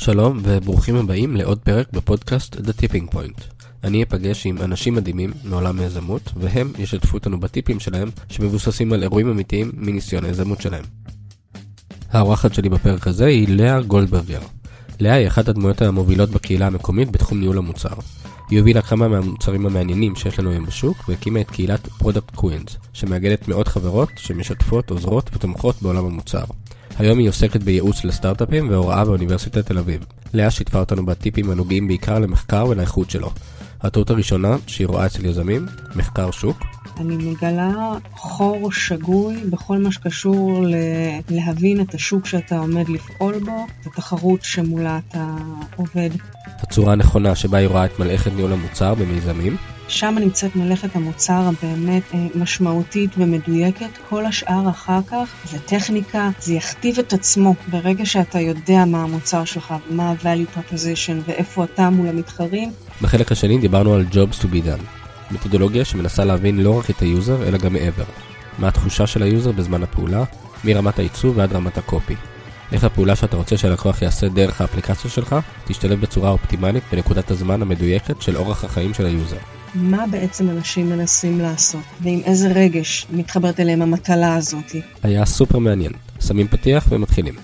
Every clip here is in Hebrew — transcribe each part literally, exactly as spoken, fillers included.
שלום וברוכים הבאים לעוד פרק בפודקאסט The Tipping Point. אני אפגש עם אנשים מדהימים מעולם היזמות, והם ישתפו אותנו בטיפים שלהם שמבוססים על אירועים אמיתיים מניסיון היזמות שלהם. האורחת שלי בפרק הזה היא לאה גולדברגר. לאה היא אחת הדמויות המובילות בקהילה המקומית בתחום ניהול המוצר. היא הובילה כמה מהמוצרים המעניינים שיש לנו היום בשוק, והקימה את קהילת Product Queens, שמאגדת מאות חברות שמשתפות, עוזרות ותומכות בעולם המוצר. היום היא עוסקת בייעוץ לסטארט-אפים והוראה באוניברסיטת תל אביב. לאה שיתפה אותנו בטיפים הנוגעים בעיקר למחקר ולאיכות שלו. הטעות הראשונה שהיא רואה אצל יזמים, מחקר שוק. אני מגלה חור שגוי בכל מה שקשור להבין את השוק שאתה עומד לפעול בו, את התחרות שמולה אתה עובד. הצורה הנכונה שבה היא רואה את מלאכת ניהול המוצר במיזמים. שם נמצאת מלאכת המוצר הבאמת משמעותית ומדויקת. כל השאר אחר כך זה טכניקה, זה יכתיב את עצמו. ברגע שאתה יודע מה המוצר שלך, מה ה-value proposition ואיפה אתה מול המתחרים. בחלק השני דיברנו על jobs to be done. מתודולוגיה שמנסה להבין לא רק את היוזר אלא גם מעבר. מה התחושה של היוזר בזמן הפעולה, מרמת העיצוב ועד רמת הקופי. איך הפעולה שאתה רוצה שהלקוח יעשה דרך האפליקציה שלך תשתלב בצורה אופטימלית בנקודת הזמן המדויקת של אורח החיים של היוזר. מה בעצם אנשים מנסים לעשות, ועם איזה רגש מתחברת אליהם המטלה הזאת. היה סופר מעניין. שמים פתיח ומתחילים.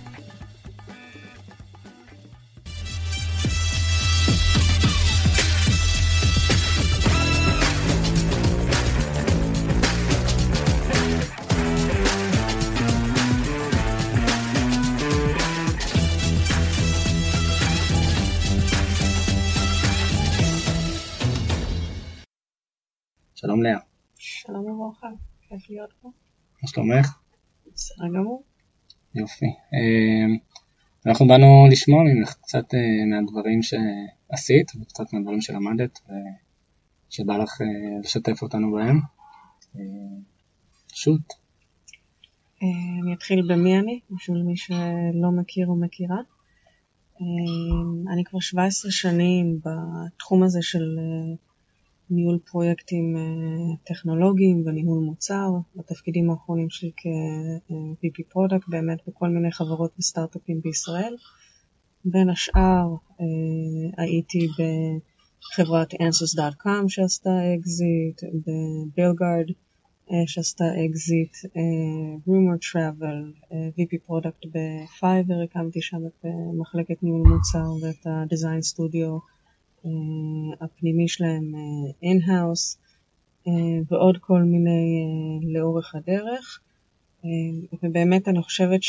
שלום לאה. שלום וברכה, כיף להיות פה. מה שלומך? בסדר גמור. יופי. אנחנו באנו לשמוע ממך קצת מהדברים שעשית וקצת מהדברים שלמדת ושבא לך לשתף אותנו בהם. פשוט. אני אתחיל במי אני, בשביל מי שלא מכיר או מכירה. אני כבר שבע עשרה שנים בתחום הזה של ניהול פרויקטים טכנולוגיים וניהול מוצר, בתפקידים האחרונים שלי כ-וי פי Product, באמת בכל מיני חברות וסטארט-אפים בישראל. בין השאר הייתי בחברת answers דוט קום שעשתה אקזיט, בבילגארד שעשתה אקזיט, rumor travel, וי פי Product בפייבר, הקמתי שם את מחלקת ניהול מוצר ואת ה-design studio הפנימי שלהם in-house, ועוד כל מיני לאורך הדרך. ובאמת אני חושבת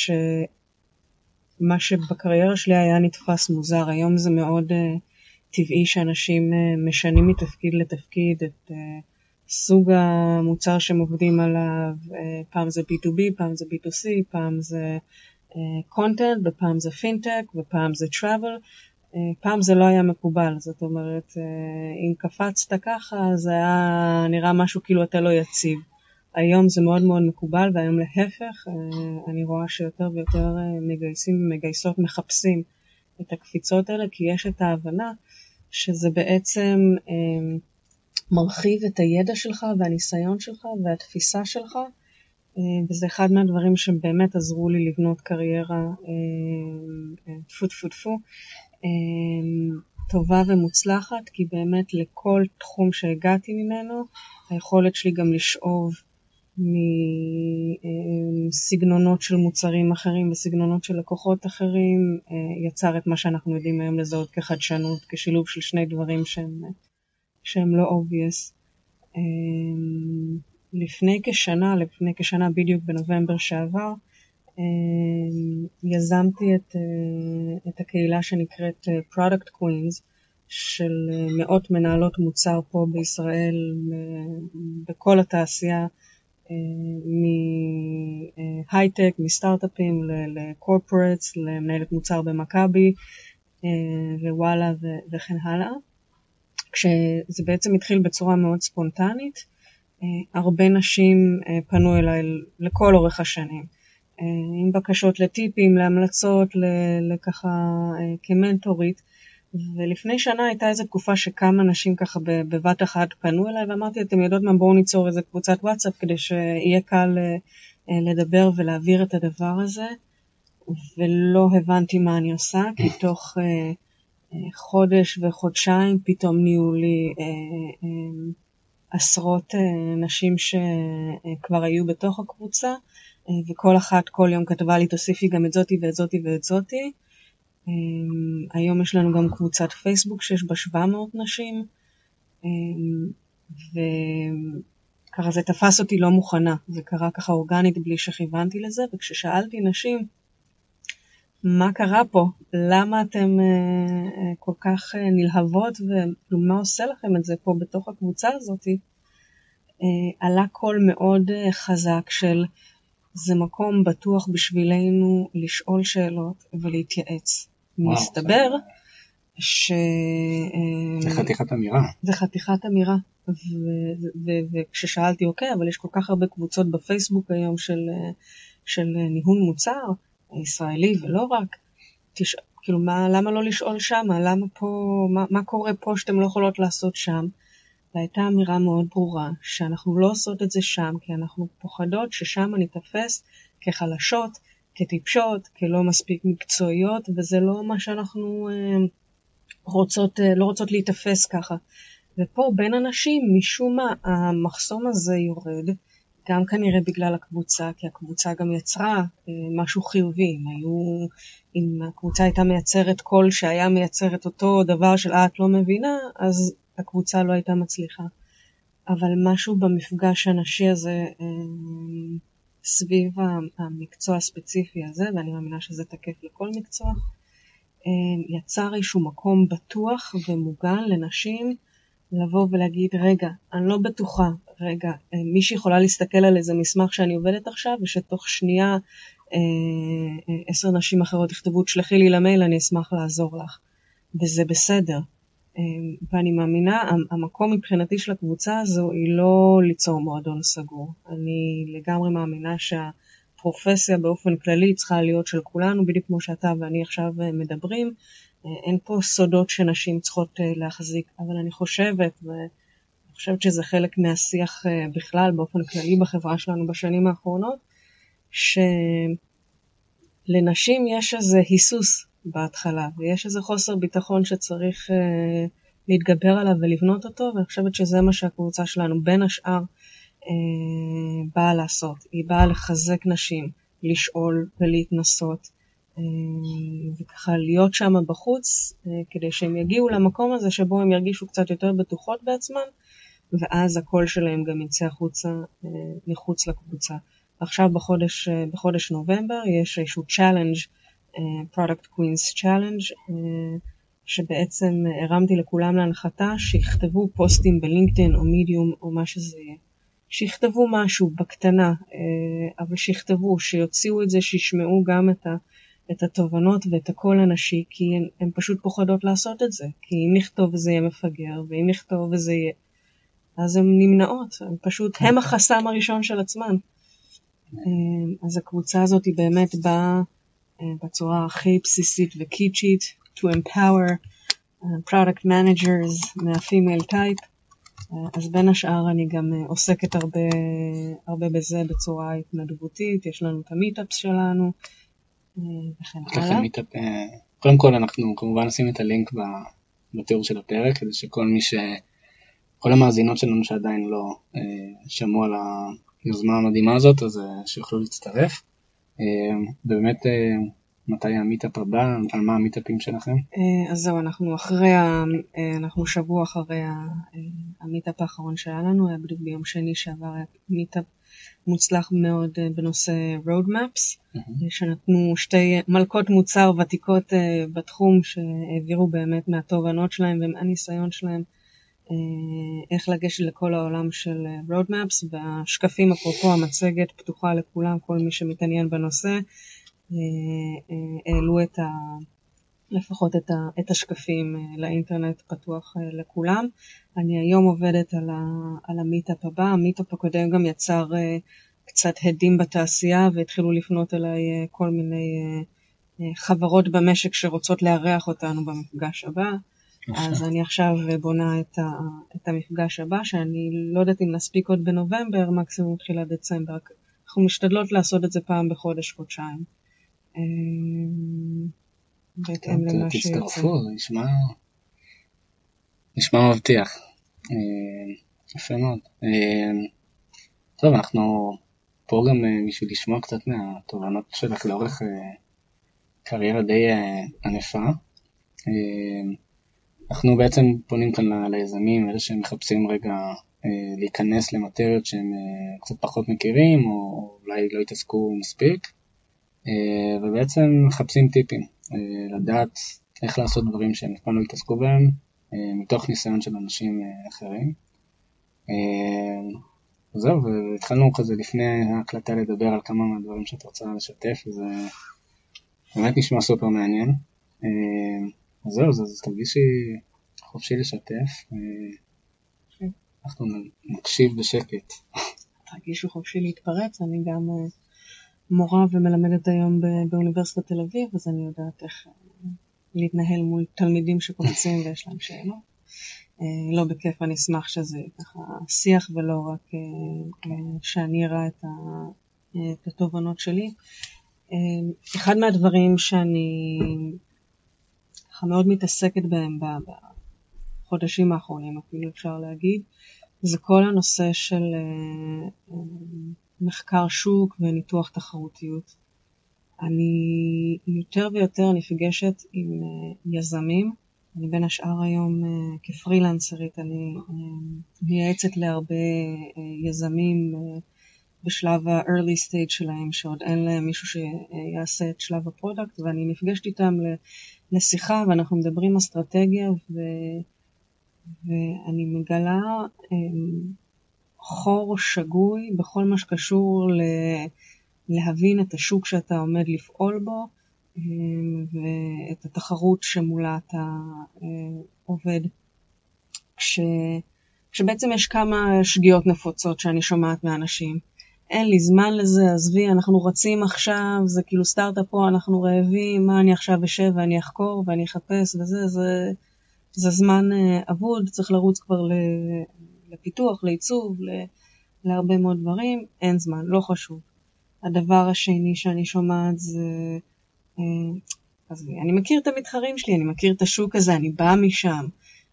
שמה שבקריירה שלי היה נתפס מוזר, היום זה מאוד טבעי שאנשים משנים מתפקיד לתפקיד את סוג המוצר שהם עובדים עליו. פעם זה בי טו בי, פעם זה בי טו סי, פעם זה content, ופעם זה fintech, ופעם זה travel. פעם זה לא היה מקובל, זאת אומרת, אם קפצת ככה, זה היה נראה משהו כאילו אתה לא יציב. היום זה מאוד מאוד מקובל, והיום להפך, אני רואה שיותר ויותר מגייסים ומגייסות מחפשים את הקפיצות האלה, כי יש את ההבנה שזה בעצם מרחיב את הידע שלך והניסיון שלך והתפיסה שלך, וזה אחד מהדברים שבאמת עזרו לי לבנות קריירה טפו טפו טפו. טובה ומוצלחת, כי באמת לכל תחום שהגעתי ממנו, היכולת שלי גם לשאוב מסגנונות של מוצרים אחרים וסגנונות של לקוחות אחרים, יצר את מה שאנחנו יודעים היום לזהות כחדשנות, כשילוב של שני דברים שהם, שהם לא obvious. לפני כשנה, לפני כשנה בדיוק בנובמבר שעבר, יזמתי את, את הקהילה שנקראת Product Queens, של מאות מנהלות מוצר פה בישראל, בכל התעשייה, מהייטק, מסטארט-אפים לקורפורטס, למנהלת מוצר במכבי, ווואלה וכן הלאה. כשזה בעצם התחיל בצורה מאוד ספונטנית, הרבה נשים פנו אליי לכל אורך השנים. עם בקשות לטיפים, להמלצות, לככה כמנטורית, ולפני שנה הייתה איזו תקופה שכמה אנשים ככה בבת אחת פנו אליי, ואמרתי, אתם יודעות מה, בואו ניצור איזו קבוצת וואטסאפ, כדי שיהיה קל לדבר ולהעביר את הדבר הזה, ולא הבנתי מה אני עושה, כי תוך uh, uh, חודש וחודשיים פתאום נהיו לי uh, uh, עשרות uh, נשים שכבר uh, היו בתוך הקבוצה, uh, וכל אחת כל יום כתבה לי תוסיפי גם את זאתי ואת זאתי ואת זאתי. Um, היום יש לנו גם קבוצת פייסבוק שיש בה שבע מאות נשים, um, וככה זה תפס אותי לא מוכנה, זה קרה ככה אורגנית בלי שכיוונתי לזה, וכששאלתי נשים, מה קרה פה? למה אתם uh, uh, כל כך uh, נלהבות, ומה עושה לכם את זה פה בתוך הקבוצה הזאת? Uh, עלה קול מאוד uh, חזק של, זה מקום בטוח בשבילנו לשאול שאלות ולהתייעץ. מסתבר ש... זה חתיכת אמירה. זה חתיכת אמירה. וכששאלתי, אוקיי, אבל יש כל כך הרבה קבוצות בפייסבוק היום של, של ניהול מוצר, ישראלי ולא רק. תש... כאילו, מה, למה לא לשאול שם? למה פה, מה, מה קורה פה שאתם לא יכולות לעשות שם? והייתה אמירה מאוד ברורה, שאנחנו לא עושות את זה שם, כי אנחנו פוחדות ששם נתפס כחלשות, כטיפשות, כלא מספיק מקצועיות, וזה לא מה שאנחנו אה, רוצות, אה, לא רוצות להתאפס ככה. ופה בין אנשים, משום מה, המחסום הזה יורד, גם כנראה בגלל הקבוצה, כי הקבוצה גם יצרה אה, משהו חיובי. אם, היו, אם הקבוצה הייתה מייצרת קול שהיה מייצרת אותו דבר של אה, את לא מבינה, אז הקבוצה לא הייתה מצליחה. אבל משהו במפגש הנשי הזה, אה, סביב המקצוע הספציפי הזה, ואני מאמינה שזה תקף לכל מקצוע, יצר איזשהו מקום בטוח ומוגן לנשים לבוא ולהגיד, רגע, אני לא בטוחה, רגע, מישהי יכולה להסתכל על איזה מסמך שאני עובדת עכשיו, ושתוך שנייה עשר נשים אחרות יכתבו, תשלחי לי למייל, אני אשמח לעזור לך. וזה בסדר. ואני מאמינה, המקום מבחינתי של הקבוצה הזו היא לא ליצור מועדון סגור. אני לגמרי מאמינה שהפרופסיה באופן כללי צריכה להיות של כולנו, בדיוק כמו שאתה ואני עכשיו מדברים. אין פה סודות שנשים צריכות להחזיק, אבל אני חושבת, ואני חושבת שזה חלק מהשיח בכלל באופן כללי בחברה שלנו בשנים האחרונות, שלנשים יש איזה היסוס בהתחלה, ויש איזה חוסר ביטחון שצריך אה, להתגבר עליו ולבנות אותו, ואני חושבת שזה מה שהקבוצה שלנו בין השאר אה, באה לעשות. היא באה לחזק נשים, לשאול ולהתנסות, אה, וככה להיות שם בחוץ, אה, כדי שהם יגיעו למקום הזה שבו הם ירגישו קצת יותר בטוחות בעצמם, ואז הקול שלהם גם יצא החוצה, אה, מחוץ לקבוצה. עכשיו בחודש, אה, בחודש נובמבר יש איזשהו challenge, Product Queens Challenge, שבעצם הרמתי לכולם להנחתה שיכתבו פוסטים בלינקדאין או מידיום או מה שזה יהיה. שיכתבו משהו בקטנה, אבל שיכתבו, שיוציאו את זה, שישמעו גם את, ה, את התובנות ואת הקול הנשי, כי הן, הן פשוט פוחדות לעשות את זה. כי אם נכתוב זה יהיה מפגר, ואם נכתוב זה יהיה, אז הן נמנעות, הן פשוט, הם החסם הראשון של עצמן. אז הקבוצה הזאת היא באמת באה, בצורה הכי בסיסית וקיצ'ית, to empower uh, product managers מה-female type. Uh, אז בין השאר אני גם uh, עוסקת הרבה, הרבה בזה בצורה התנדבותית, יש לנו את המיטאפס שלנו, uh, וכן הלאה. מיטאפ, uh, קודם כל אנחנו כמובן נשים את הלינק בתיאור של הפרק, כדי שכל מי ש... כל המאזינות שלנו שעדיין לא uh, שמעו על היוזמה המדהימה הזאת, אז uh, שיוכלו להצטרף. באמת, מתי המיטאפ הבא? על מה המיטאפים שלכם? אז זהו, אנחנו אחרי, אנחנו שבוע אחרי המיטאפ האחרון שהיה לנו, היה בדיוק ביום שני שעבר מיטאפ מוצלח מאוד בנושא roadmaps, שנתנו שתי מלכות מוצר ותיקות בתחום, שהעבירו באמת מהתובנות שלהם ומהניסיון שלהם, איך לגשת לכל העולם של roadmaps, והשקפים אפרופו המצגת פתוחה לכולם, כל מי שמתעניין בנושא, העלו את ה, לפחות את, ה, את השקפים לאינטרנט פתוח לכולם. אני היום עובדת על, ה, על המיטאפ הבא, המיטאפ הקודם גם יצר קצת הדים בתעשייה, והתחילו לפנות אליי כל מיני חברות במשק שרוצות לארח אותנו במפגש הבא. אז אני עכשיו בונה את, ה, את המפגש הבא, שאני לא יודעת אם נספיק עוד בנובמבר, מקסימום תחילת דצמבר. אנחנו משתדלות לעשות את זה פעם בחודש, חודשיים. בהתאם למה שיוצא. תצטרפו, זה נשמע, נשמע מבטיח. יפה מאוד. טוב, אנחנו פה גם בשביל לשמוע קצת מהתובנות שלך לאורך קריירה די ענפה. אנחנו בעצם פונים כאן ליזמים, אלה שהם מחפשים רגע להיכנס למטריות שהם קצת פחות מכירים, או אולי לא יתעסקו מספיק, ובעצם מחפשים טיפים, לדעת איך לעשות דברים שהם אף פעם לא יתעסקו בהם, מתוך ניסיון של אנשים אחרים. זהו, והתחלנו כזה לפני ההקלטה לדבר על כמה מהדברים שאת רוצה לשתף, וזה באמת נשמע סופר מעניין. אז זהו, אז תרגישי חופשי לשתף, אנחנו נקשיב בשקט. תרגישו חופשי להתפרץ, אני גם מורה ומלמדת היום באוניברסיטת תל אביב, אז אני יודעת איך להתנהל מול תלמידים שקופצים ויש להם שאלות. לא בכיף, אני אשמח שזה ככה שיח ולא רק שאני אראה את התובנות שלי. אחד מהדברים שאני מאוד מתעסקת בהם בחודשים האחרונים, אפילו אפשר להגיד, זה כל הנושא של מחקר שוק וניתוח תחרותיות. אני יותר ויותר נפגשת עם יזמים, אני בין השאר היום כפרילנסרית, אני מייעצת להרבה יזמים בשלב ה-early stage שלהם, שעוד אין להם מישהו שיעשה את שלב הפרודקט, ואני נפגשת איתם לשיחה, ואנחנו מדברים אסטרטגיה, ו... ואני מגלה חור שגוי בכל מה שקשור ל... להבין את השוק שאתה עומד לפעול בו, ואת התחרות שמולה אתה עובד. כש... כשבעצם יש כמה שגיאות נפוצות שאני שומעת מאנשים. אין לי זמן לזה, עזבי, אנחנו רצים עכשיו, זה כאילו סטארט-אפ פה, אנחנו רעבים, מה אני עכשיו אשב ואני אחקור ואני אחפש וזה, זה, זה זמן אבוד, צריך לרוץ כבר לפיתוח, לעיצוב, להרבה מאוד דברים, אין זמן, לא חשוב. הדבר השני שאני שומעת זה, אז אני מכיר את המתחרים שלי, אני מכיר את השוק הזה, אני באה משם,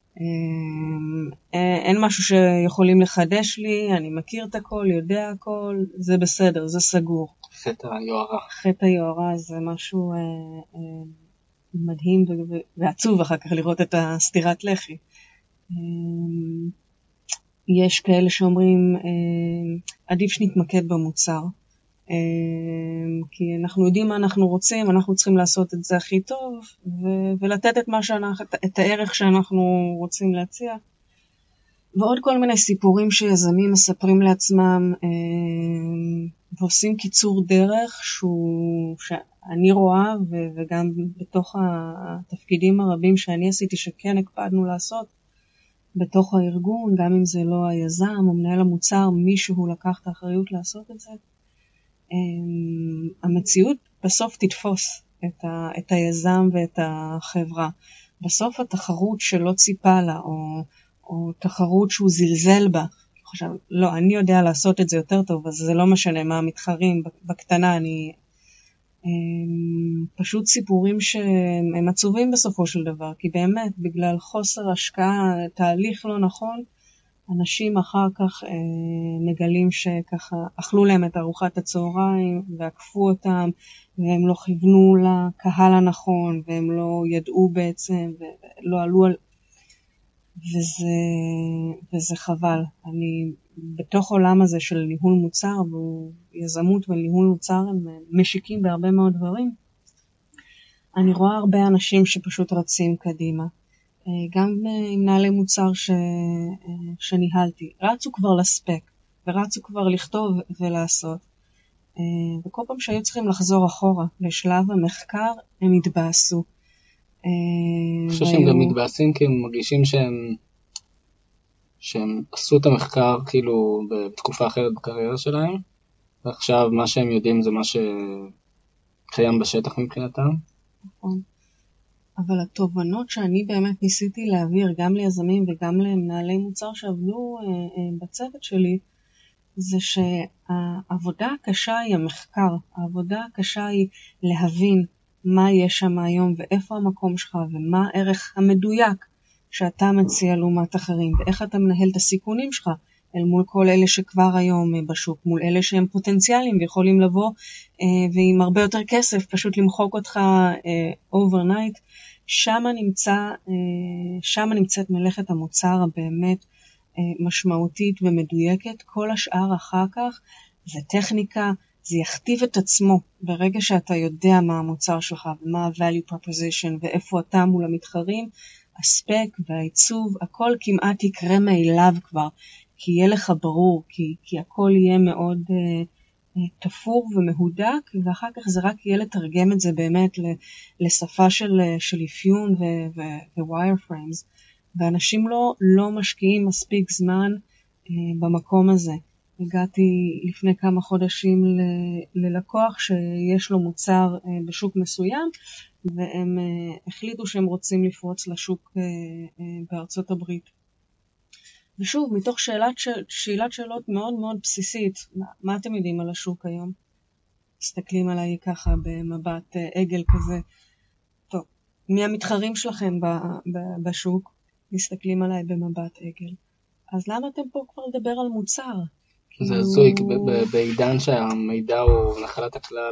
אין משהו שיכולים לחדש לי, אני מכיר את הכל, יודע הכל, זה בסדר, זה סגור. חטא היוהרה. חטא היוהרה זה משהו מדהים ועצוב אחר כך לראות את הסתירת לחי. יש כאלה שאומרים, עדיף שנתמקד במוצר. כי אנחנו יודעים מה אנחנו רוצים, אנחנו צריכים לעשות את זה הכי טוב, ו- ולתת את, מה שאנחנו, את הערך שאנחנו רוצים להציע. ועוד כל מיני סיפורים שיזמים מספרים לעצמם, ועושים קיצור דרך שהוא, שאני רואה, ו- וגם בתוך התפקידים הרבים שאני עשיתי שכן הקפדנו לעשות, בתוך הארגון, גם אם זה לא היזם או מנהל המוצר, מישהו לקח את האחריות לעשות את זה. המציאות בסוף תתפוס את, ה, את היזם ואת החברה. בסוף התחרות שלא ציפה לה, או, או תחרות שהוא זלזל בה, חושב, לא, אני יודע לעשות את זה יותר טוב, אז זה לא משנה מה המתחרים, בקטנה אני, פשוט סיפורים שהם עצובים בסופו של דבר, כי באמת בגלל חוסר השקעה, תהליך לא נכון, אנשים אחר כך אה, מגלים שככה אכלו להם את ארוחת הצהריים ועקפו אותם, והם לא כיוונו לקהל הנכון, והם לא ידעו בעצם, ולא עלו על... וזה, וזה חבל. אני בתוך עולם הזה של ניהול מוצר, ויזמות וניהול מוצר הם משיקים בהרבה מאוד דברים. אני רואה הרבה אנשים שפשוט רצים קדימה. גם עם מנהלי מוצר ש... שניהלתי, רצו כבר לספק, ורצו כבר לכתוב ולעשות. וכל פעם שהיו צריכים לחזור אחורה לשלב המחקר, הם התבאסו. אני חושב שהם גם מתבאסים כי הם מרגישים שהם, שהם עשו את המחקר כאילו בתקופה אחרת בקריירה שלהם, ועכשיו מה שהם יודעים זה מה שקיים בשטח מבחינתם. נכון. אבל התובנות שאני באמת ניסיתי להעביר גם ליזמים וגם למנהלי מוצר שעבדו אה, אה, בצוות שלי, זה שהעבודה הקשה היא המחקר, העבודה הקשה היא להבין מה יש שם היום ואיפה המקום שלך ומה הערך המדויק שאתה מציע לעומת אחרים ואיך אתה מנהל את הסיכונים שלך אל מול כל אלה שכבר היום בשוק, מול אלה שהם פוטנציאליים ויכולים לבוא ועם הרבה יותר כסף פשוט למחוק אותך overnight. שם נמצא, שם נמצאת מלאכת המוצר הבאמת משמעותית ומדויקת. כל השאר אחר כך זה טכניקה, זה יכתיב את עצמו. ברגע שאתה יודע מה המוצר שלך ומה ה-value proposition ואיפה אתה מול המתחרים, הספק והעיצוב, הכל כמעט יקרה מאליו כבר, כי יהיה לך ברור, כי, כי הכל יהיה מאוד uh, תפור ומהודק, ואחר כך זה רק יהיה לתרגם את זה באמת לשפה של, של אפיון ו-wireframes. ואנשים לא, לא משקיעים מספיק זמן uh, במקום הזה. הגעתי לפני כמה חודשים ל, ללקוח שיש לו מוצר uh, בשוק מסוים, והם uh, החליטו שהם רוצים לפרוץ לשוק uh, uh, בארצות הברית. ושוב, מתוך שאלת, ש... שאלת שאלות מאוד מאוד בסיסית, מה, מה אתם יודעים על השוק היום? מסתכלים עליי ככה במבט uh, עגל כזה. טוב, מי המתחרים שלכם ב... ב... בשוק? מסתכלים עליי במבט עגל. אז למה אתם פה כבר לדבר על מוצר? זה הזוי, בעידן שהמידע הוא נחלת הכלל.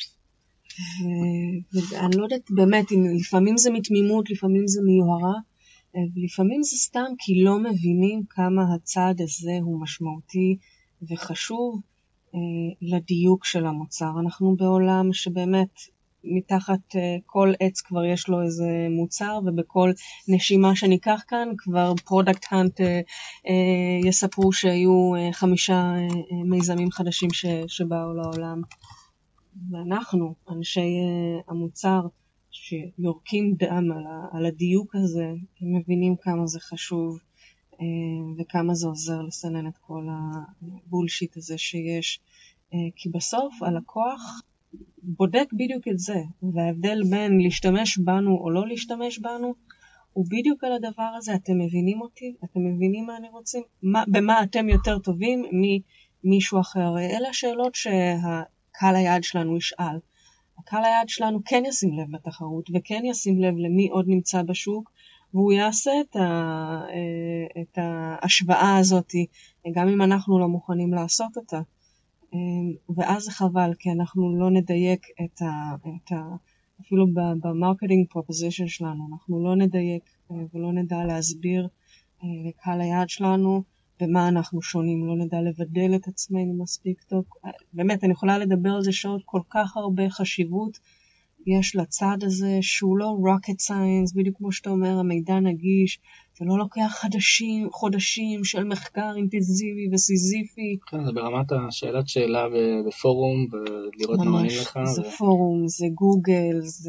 ואני לא יודעת, באמת, לפעמים זה מתמימות, לפעמים זה מיוהרה, ולפעמים זה סתם כי לא מבינים כמה הצעד הזה הוא משמעותי וחשוב לדיוק של המוצר. אנחנו בעולם שבאמת מתחת כל עץ כבר יש לו איזה מוצר, ובכל נשימה שניקח כאן כבר פרודקט הנט יספרו שיהיו חמישה מיזמים חדשים שבאו לעולם. ואנחנו, אנשי המוצר, שיורקים דם על הדיוק הזה, הם מבינים כמה זה חשוב וכמה זה עוזר לסנן את כל הבולשיט הזה שיש. כי בסוף הלקוח בודק בדיוק את זה, וההבדל בין להשתמש בנו או לא להשתמש בנו, הוא בדיוק על הדבר הזה. אתם מבינים אותי? אתם מבינים מה אני רוצים? מה, במה אתם יותר טובים ממישהו אחר? אלה השאלות שהקהל היעד שלנו ישאל. הקהל היעד שלנו כן ישים לב לתחרות, וכן ישים לב למי עוד נמצא בשוק, והוא יעשה את, ה, את ההשוואה הזאת, גם אם אנחנו לא מוכנים לעשות אותה. ואז זה חבל, כי אנחנו לא נדייק את ה, את ה, אפילו במרקטינג פרופוזישן שלנו, אנחנו לא נדייק ולא נדע להסביר לקהל היעד שלנו במה אנחנו שונים, לא נדע לבדל את עצמנו מספיק טוב. באמת, אני יכולה לדבר על זה שעות, כל כך הרבה חשיבות יש לצד הזה, שהוא לא rocket science, בדיוק כמו שאתה אומר, המידע נגיש, זה לא לוקח חדשים, חודשים של מחקר אינטנסיבי וסיזיפי. כן, זה ברמת השאלת שאלה בפורום, ולראות מה עונים לך. זה ו... פורום, זה גוגל, זה...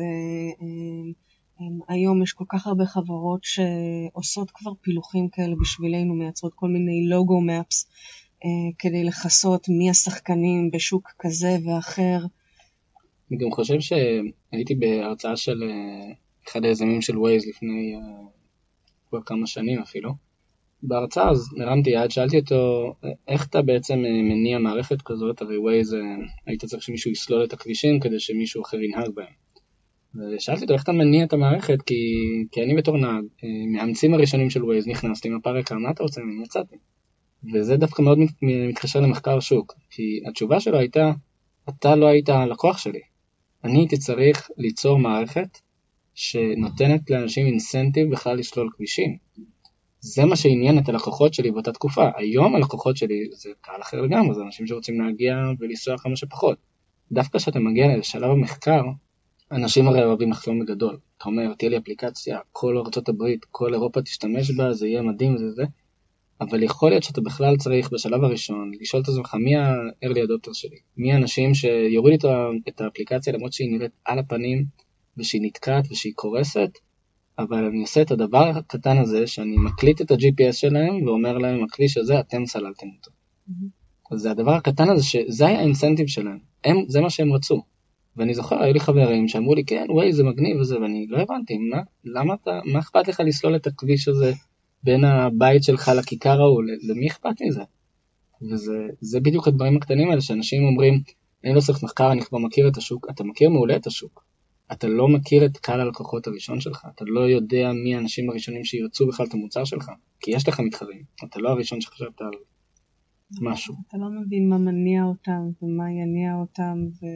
היום יש כל כך הרבה חברות שעושות כבר פילוחים כאלה בשבילנו, מייצרות כל מיני לוגו מאפס, כדי לחסות מי השחקנים בשוק כזה ואחר. אני גם חושב שהייתי בהרצאה של אחד היזמים של ווייז לפני כבר כמה שנים אפילו. בהרצאה אז נרמתי יד, שאלתי אותו, איך אתה בעצם מניע מערכת כזאת? הרי ווייז היית צריך שמישהו יסלול את הכבישים כדי שמישהו אחר ינהג בהם. ושאלתי אותו, איך אתה מניע את המערכת? כי, כי אני בתור נהג, מהאמצים הראשונים של ווייז נכנסתי עם הפרק, מה אתה רוצה? אני יצאתי. וזה דווקא מאוד מתקשר למחקר שוק, כי התשובה שלו הייתה, אתה לא היית הלקוח שלי. אני הייתי צריך ליצור מערכת שנותנת לאנשים אינסנטיב בכלל לסלול כבישים. זה מה שעניין את הלקוחות שלי באותה תקופה. היום הלקוחות שלי זה קהל אחר לגמרי, זה אנשים שרוצים להגיע ולנסוע כמה שפחות. דווקא כשאתה מגיע לשלב המחקר, אנשים הרי אוהבים לחלום בגדול. אתה אומר, תהיה לי אפליקציה, כל ארצות הברית, כל אירופה תשתמש בה, זה יהיה מדהים, זה זה. אבל יכול להיות שאתה בכלל צריך בשלב הראשון לשאול את עצמך מי ה-early adopter שלי, מי האנשים שיורידו את האפליקציה למרות שהיא נראית על הפנים ושהיא נתקעת ושהיא קורסת, אבל אני עושה את הדבר הקטן הזה שאני מקליט את ה-ג'י פי אס שלהם ואומר להם, הכביש הזה אתם סללתם אותו. Mm-hmm. אז זה הדבר הקטן הזה שזה היה האינסנטיב שלהם, הם, זה מה שהם רצו. ואני זוכר, היו לי חברים שאמרו לי, כן, וואי, זה מגניב וזה, ואני לא הבנתי, מה, למה אתה, מה אכפת לך לסלול את הכביש הזה בין הבית שלך לכיכר ההוא, למי אכפת מזה? וזה זה בדיוק הדברים הקטנים האלה, שאנשים אומרים, אני לא צריך מחקר, אני כבר מכיר את השוק. אתה מכיר מעולה את השוק. אתה לא מכיר את קהל הלקוחות הראשון שלך. אתה לא יודע מי האנשים הראשונים שירצו בכלל את המוצר שלך. כי יש לך מתחרים. אתה לא הראשון שחשבת על משהו. אתה לא מבין מה מניע אותם ומה יניע אותם, ו...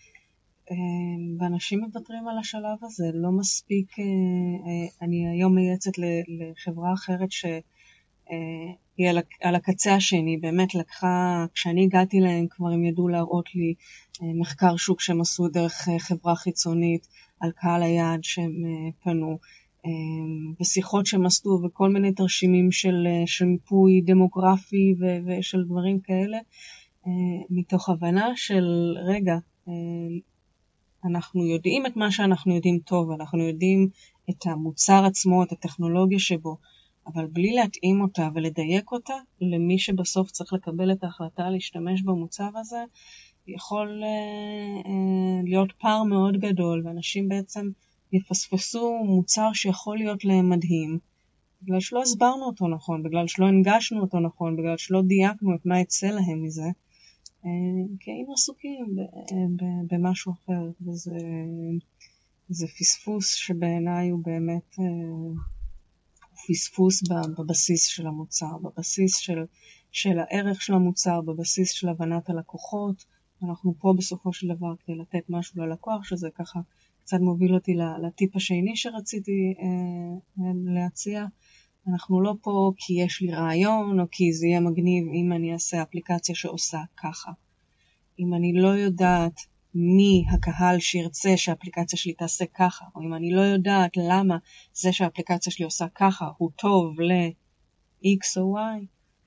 ואנשים מוותרים על השלב הזה. לא מספיק, אני היום מייעצת לחברה אחרת שהיא על הקצה השני, באמת לקחה, כשאני הגעתי להם כבר הם ידעו להראות לי מחקר שוק שהם עשו דרך חברה חיצונית על קהל היעד שהם פנו, ושיחות שהם עשו וכל מיני תרשימים של, של מיפוי דמוגרפי ו, ושל דברים כאלה, מתוך הבנה של רגע, אנחנו יודעים את מה שאנחנו יודעים טוב, אנחנו יודעים את המוצר עצמו, את הטכנולוגיה שבו, אבל בלי להתאים אותה ולדייק אותה, למי שבסוף צריך לקבל את ההחלטה להשתמש במוצר הזה, יכול uh, להיות פער מאוד גדול, ואנשים בעצם יפספסו מוצר שיכול להיות להם מדהים, בגלל שלא הסברנו אותו נכון, בגלל שלא הנגשנו אותו נכון, בגלל שלא דייקנו את מה יצא להם מזה, כי היינו עסוקים במשהו אחר, וזה זה פספוס שבעיניי הוא באמת פספוס בבסיס של המוצר, בבסיס של, של הערך של המוצר, בבסיס של הבנת הלקוחות. אנחנו פה בסופו של דבר כדי לתת משהו ללקוח, שזה ככה קצת מוביל אותי לטיפ השני שרציתי להציע. אנחנו לא פה כי יש לי רעיון, או כי זה יהיה מגניב אם אני אעשה אפליקציה שעושה ככה. אם אני לא יודעת מי הקהל שירצה שהאפליקציה שלי תעשה ככה, או אם אני לא יודעת למה זה שהאפליקציה שלי עושה ככה הוא טוב ל-X או Y,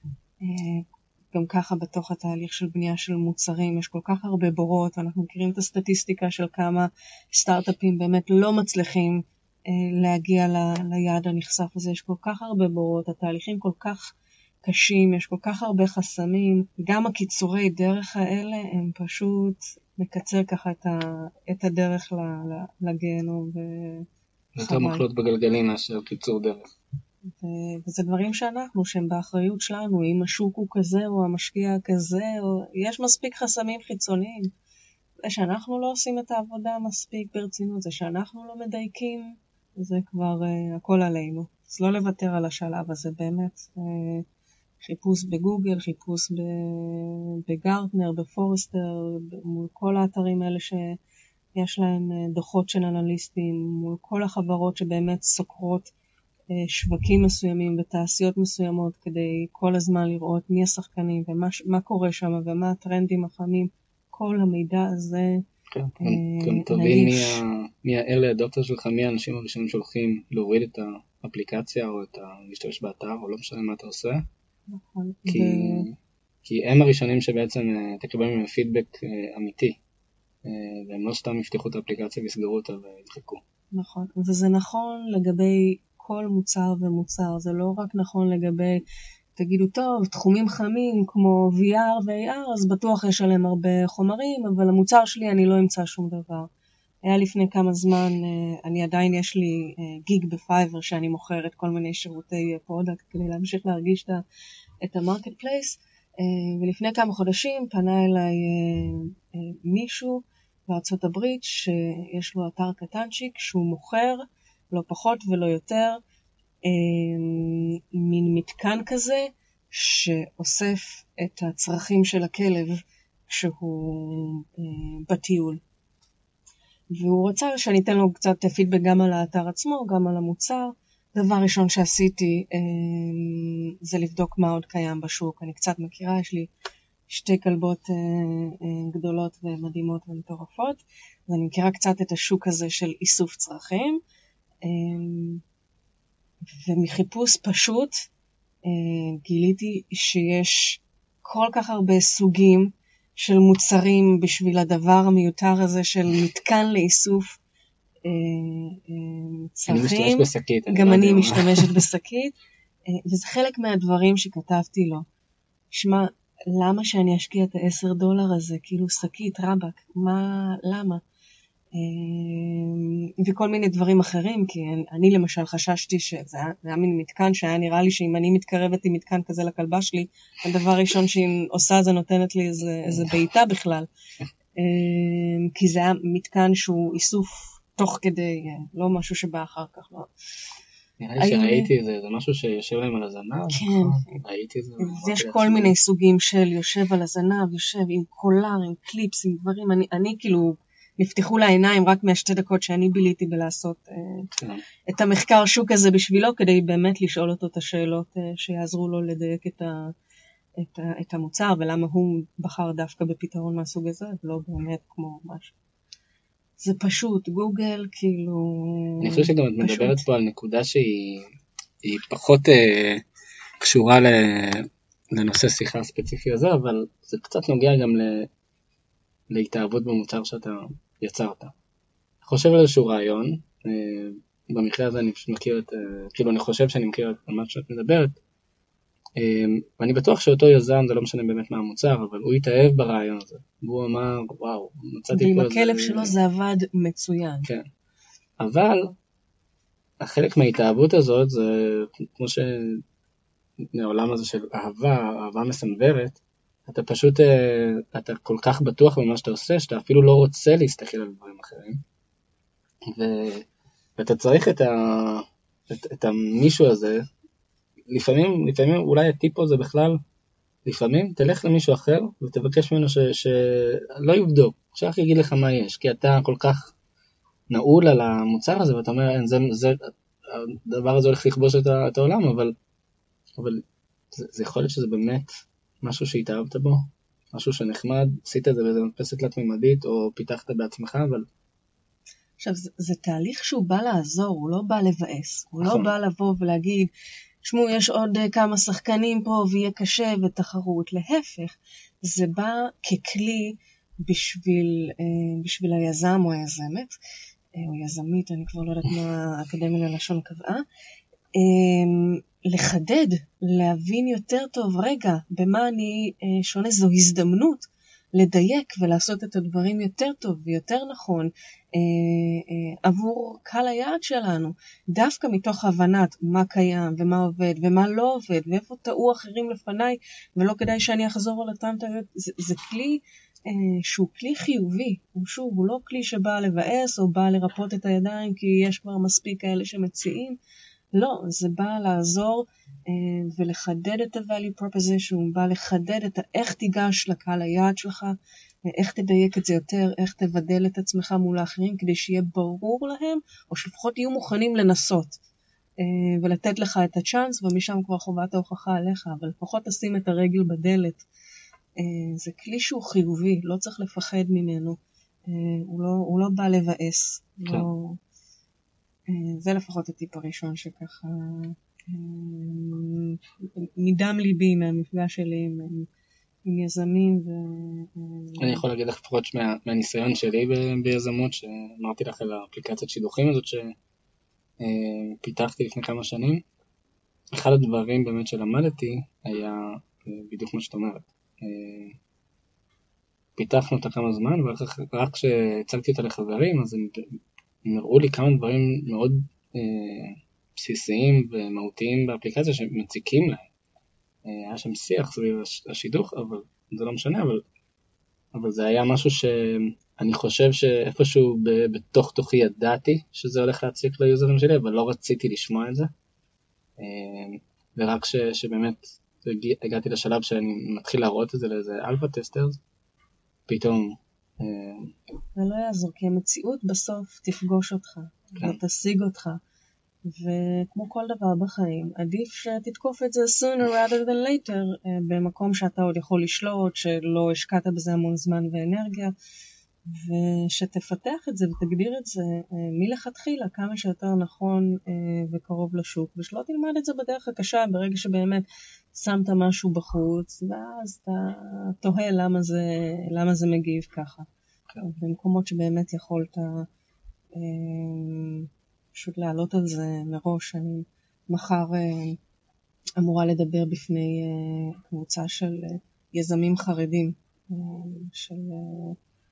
גם ככה בתוך התהליך של בנייה של מוצרים יש כל כך הרבה בורות, אנחנו מכירים את הסטטיסטיקה של כמה סטארט-אפים באמת לא מצליחים להגיע ליעד הנחשף הזה, יש כל כך הרבה בורות, התהליכים כל כך קשים, יש כל כך הרבה חסמים, גם הקיצורי דרך האלה הם פשוט מקצר ככה את, ה, את הדרך לגיהנום. יותר מקלות בגלגלים מאשר קיצור דרך. ו, וזה דברים שאנחנו, שהם באחריות שלנו, אם השוק הוא כזה או המשקיע כזה, או, יש מספיק חסמים חיצוניים. זה שאנחנו לא עושים את העבודה מספיק ברצינות, זה שאנחנו לא מדייקים, זה כבר uh, הכל עלינו. אז לא לוותר על השלב הזה, באמת uh, חיפוש בגוגל, חיפוש בגרטנר, בפורסטר, מול כל האתרים האלה שיש להם uh, דוחות של אנליסטים, מול כל החברות שבאמת סוקרות uh, שווקים מסוימים בתעשיות מסוימות, כדי כל הזמן לראות מי השחקנים ומה מה קורה שם ומה הטרנדים החמים, כל המידע הזה כן, גם תבין מי האלה הדוקטור שלך, מי האנשים הראשונים שהולכים להוריד את האפליקציה או את להשתמש באתר, או לא משנה מה אתה עושה. נכון. כי הם הראשונים שבעצם תקבל מהם פידבק אמיתי, והם לא סתם יפתחו את האפליקציה ויסגרו אותה וידחקו. נכון, וזה נכון לגבי כל מוצר ומוצר, זה לא רק נכון לגבי תגידו, טוב, תחומים חמים כמו וי אר ו-איי אר, אז בטוח יש עליהם הרבה חומרים, אבל המוצר שלי אני לא אמצא שום דבר. היה לפני כמה זמן, אני עדיין יש לי גיג בפייבר שאני מוכרת כל מיני שירותי פרודקט כדי להמשיך להרגיש את המרקט פלייס, ולפני כמה חודשים פנה אליי מישהו בארצות הברית שיש לו אתר קטנצ'יק שהוא מוכר, לא פחות ולא יותר, מין מתקן כזה שאוסף את הצרכים של הכלב כשהוא בטיול. והוא רצה שאני אתן לו קצת פידבק גם על האתר עצמו, גם על המוצר. דבר ראשון שעשיתי זה לבדוק מה עוד קיים בשוק. אני קצת מכירה, יש לי שתי כלבות גדולות ומדהימות ומטורפות, ואני מכירה קצת את השוק הזה של איסוף צרכים. ומחיפוש פשוט גיליתי שיש כל כך הרבה סוגים של מוצרים בשביל הדבר המיותר הזה של מתקן לאיסוף צרכים. אני משתמש בשקית. גם אני משתמשת בשקית, וזה חלק מהדברים שכתבתי לו. שמע, למה שאני אשקיע את העשר דולר הזה? כאילו שקית, רבק, מה, למה? וכל מיני דברים אחרים, כי אני למשל חששתי שזה היה מין מתקן שהיה נראה לי שאם אני מתקרבת עם מתקן כזה לכלבה שלי, הדבר הראשון שהיא עושה זה נותנת לי איזה, איזה בעיטה בכלל. כי זה היה מתקן שהוא איסוף תוך כדי, לא משהו שבא אחר כך. לא. נראה לי שראיתי את זה, זה משהו שיושב להם על הזנב. כן. ראיתי את זה. יש כל מיני סוגים של יושב על הזנב, יושב עם קולר, עם קליפס, עם דברים. אני, אני כאילו... נפתחו לעיניים רק מהשתי דקות שאני ביליתי בלעשות כן. את המחקר שוק הזה בשבילו, כדי באמת לשאול אותו את השאלות שיעזרו לו לדייק את, ה, את, ה, את המוצר, ולמה הוא בחר דווקא בפתרון מהסוג הזה, ולא באמת כמו משהו. זה פשוט, גוגל כאילו... אני חושב שגם את מדברת פה על נקודה שהיא פחות אה, קשורה ל, לנושא שיחה הספציפי הזה, אבל זה קצת נוגע גם ל... להתאהבות במוצר שאתה יצרת. אני חושב על איזשהו רעיון, במקרה הזה אני מכיר את, כאילו אני חושב שאני מכיר את מה שאת מדברת, ואני בטוח שאותו יזם, זה לא משנה באמת מה המוצר, אבל הוא התאהב ברעיון הזה, והוא אמר, וואו, מצאתי פה... ועם הכלב שלו זה עבד מצוין. כן, אבל החלק מההתאהבות הזאת, זה כמו שהעולם הזה של אהבה, אהבה מסנוורת, אתה פשוט, אתה כל כך בטוח במה שאתה עושה, שאתה אפילו לא רוצה להסתכל על דברים אחרים. ו... ואתה צריך את, ה... את, את המישהו הזה, לפעמים, לפעמים אולי הטיפ הזה בכלל, לפעמים תלך למישהו אחר, ותבקש ממנו ש... שלא יבדוק, שרק יגיד לך מה יש, כי אתה כל כך נעול על המוצר הזה, ואתה אומר, זה, זה, הדבר הזה הולך לכבוש את, ה... את העולם, אבל, אבל זה, זה יכול להיות שזה באמת... משהו שהתאהבת בו, משהו שנחמד, עשית את זה באיזה מדפסת תלת-ממדית, או פיתחת בעצמך, אבל... עכשיו, זה, זה תהליך שהוא בא לעזור, הוא לא בא לבאס, הוא לא בא לבוא ולהגיד, שמו, יש עוד כמה שחקנים פה, ויהיה קשה ותחרות. להפך, זה בא ככלי בשביל, בשביל היזם או היזמת, או יזמית, אני כבר לא יודעת מה האקדמיה ללשון קבעה, לחדד, להבין יותר טוב, רגע, במה אני שונה, זו הזדמנות לדייק ולעשות את הדברים יותר טוב ויותר נכון עבור קהל היעד שלנו, דווקא מתוך הבנת מה קיים ומה עובד ומה לא עובד ואיפה טעו אחרים לפניי ולא כדאי שאני אחזור על אותם טעויות. זה, זה כלי שהוא כלי חיובי, הוא שוב, הוא לא כלי שבא לבאס או בא לרפות את הידיים כי יש כבר מספיק כאלה שמציעים, לא, זה בא לעזור אה, ולחדד את ה-value proposition, הוא בא לחדד את איך תיגש לקהל היעד שלך, איך תדייק את זה יותר, איך תבדל את עצמך מול האחרים, כדי שיהיה ברור להם, או שלפחות יהיו מוכנים לנסות, אה, ולתת לך את הצ'אנס, ומשם כבר חובת ההוכחה עליך, אבל לפחות תשים את הרגל בדלת. אה, זה כלי שהוא חיובי, לא צריך לפחד ממנו, אה, הוא, לא, הוא לא בא לבאס, כן. לא... זה לפחות הטיפ הראשון שככה מדם ליבי מהמפגש שלי עם, עם יזמים. ו... אני יכול להגיד לך לפחות מה, מהניסיון שלי ב, ביזמות, שאמרתי לך על האפליקציית שידוכים הזאת שפיתחתי לפני כמה שנים. אחד הדברים באמת שלמדתי היה בדיוק מה שאת אומרת. פיתחנו אותה כמה זמן, ורק כשהצגתי אותה לחברים, אז הם... נראו לי כמה דברים מאוד אה, בסיסיים ומהותיים באפליקציה שמציקים להם. אה, היה שם שיח סביב השידוך, אבל זה לא משנה, אבל, אבל זה היה משהו שאני חושב שאיפשהו ב, בתוך תוכי ידעתי שזה הולך להציק ליוזרים שלי, אבל לא רציתי לשמוע את זה. אה, ורק ש, שבאמת הגעתי לשלב שאני מתחיל להראות את זה לאיזה אלפא טסטרס, פתאום... זה לא יעזור, כי המציאות בסוף תפגוש אותך, כן. ותשיג אותך, וכמו כל דבר בחיים, עדיף שתתקוף את זה sooner rather than later, במקום שאתה עוד יכול לשלוט, שלא השקעת בזה המון זמן ואנרגיה, ושתפתח את זה ותגדיר את זה מלכתחילה כמה שיותר נכון וקרוב לשוק, ושלא תלמד את זה בדרך הקשה, ברגע שבאמת שמת משהו בחוץ, ואז אתה תוהה למה זה, למה זה מגיב ככה. במקומות שבאמת יכולת פשוט להעלות על זה מראש. אני מחר אמורה לדבר בפני קבוצה של יזמים חרדים, של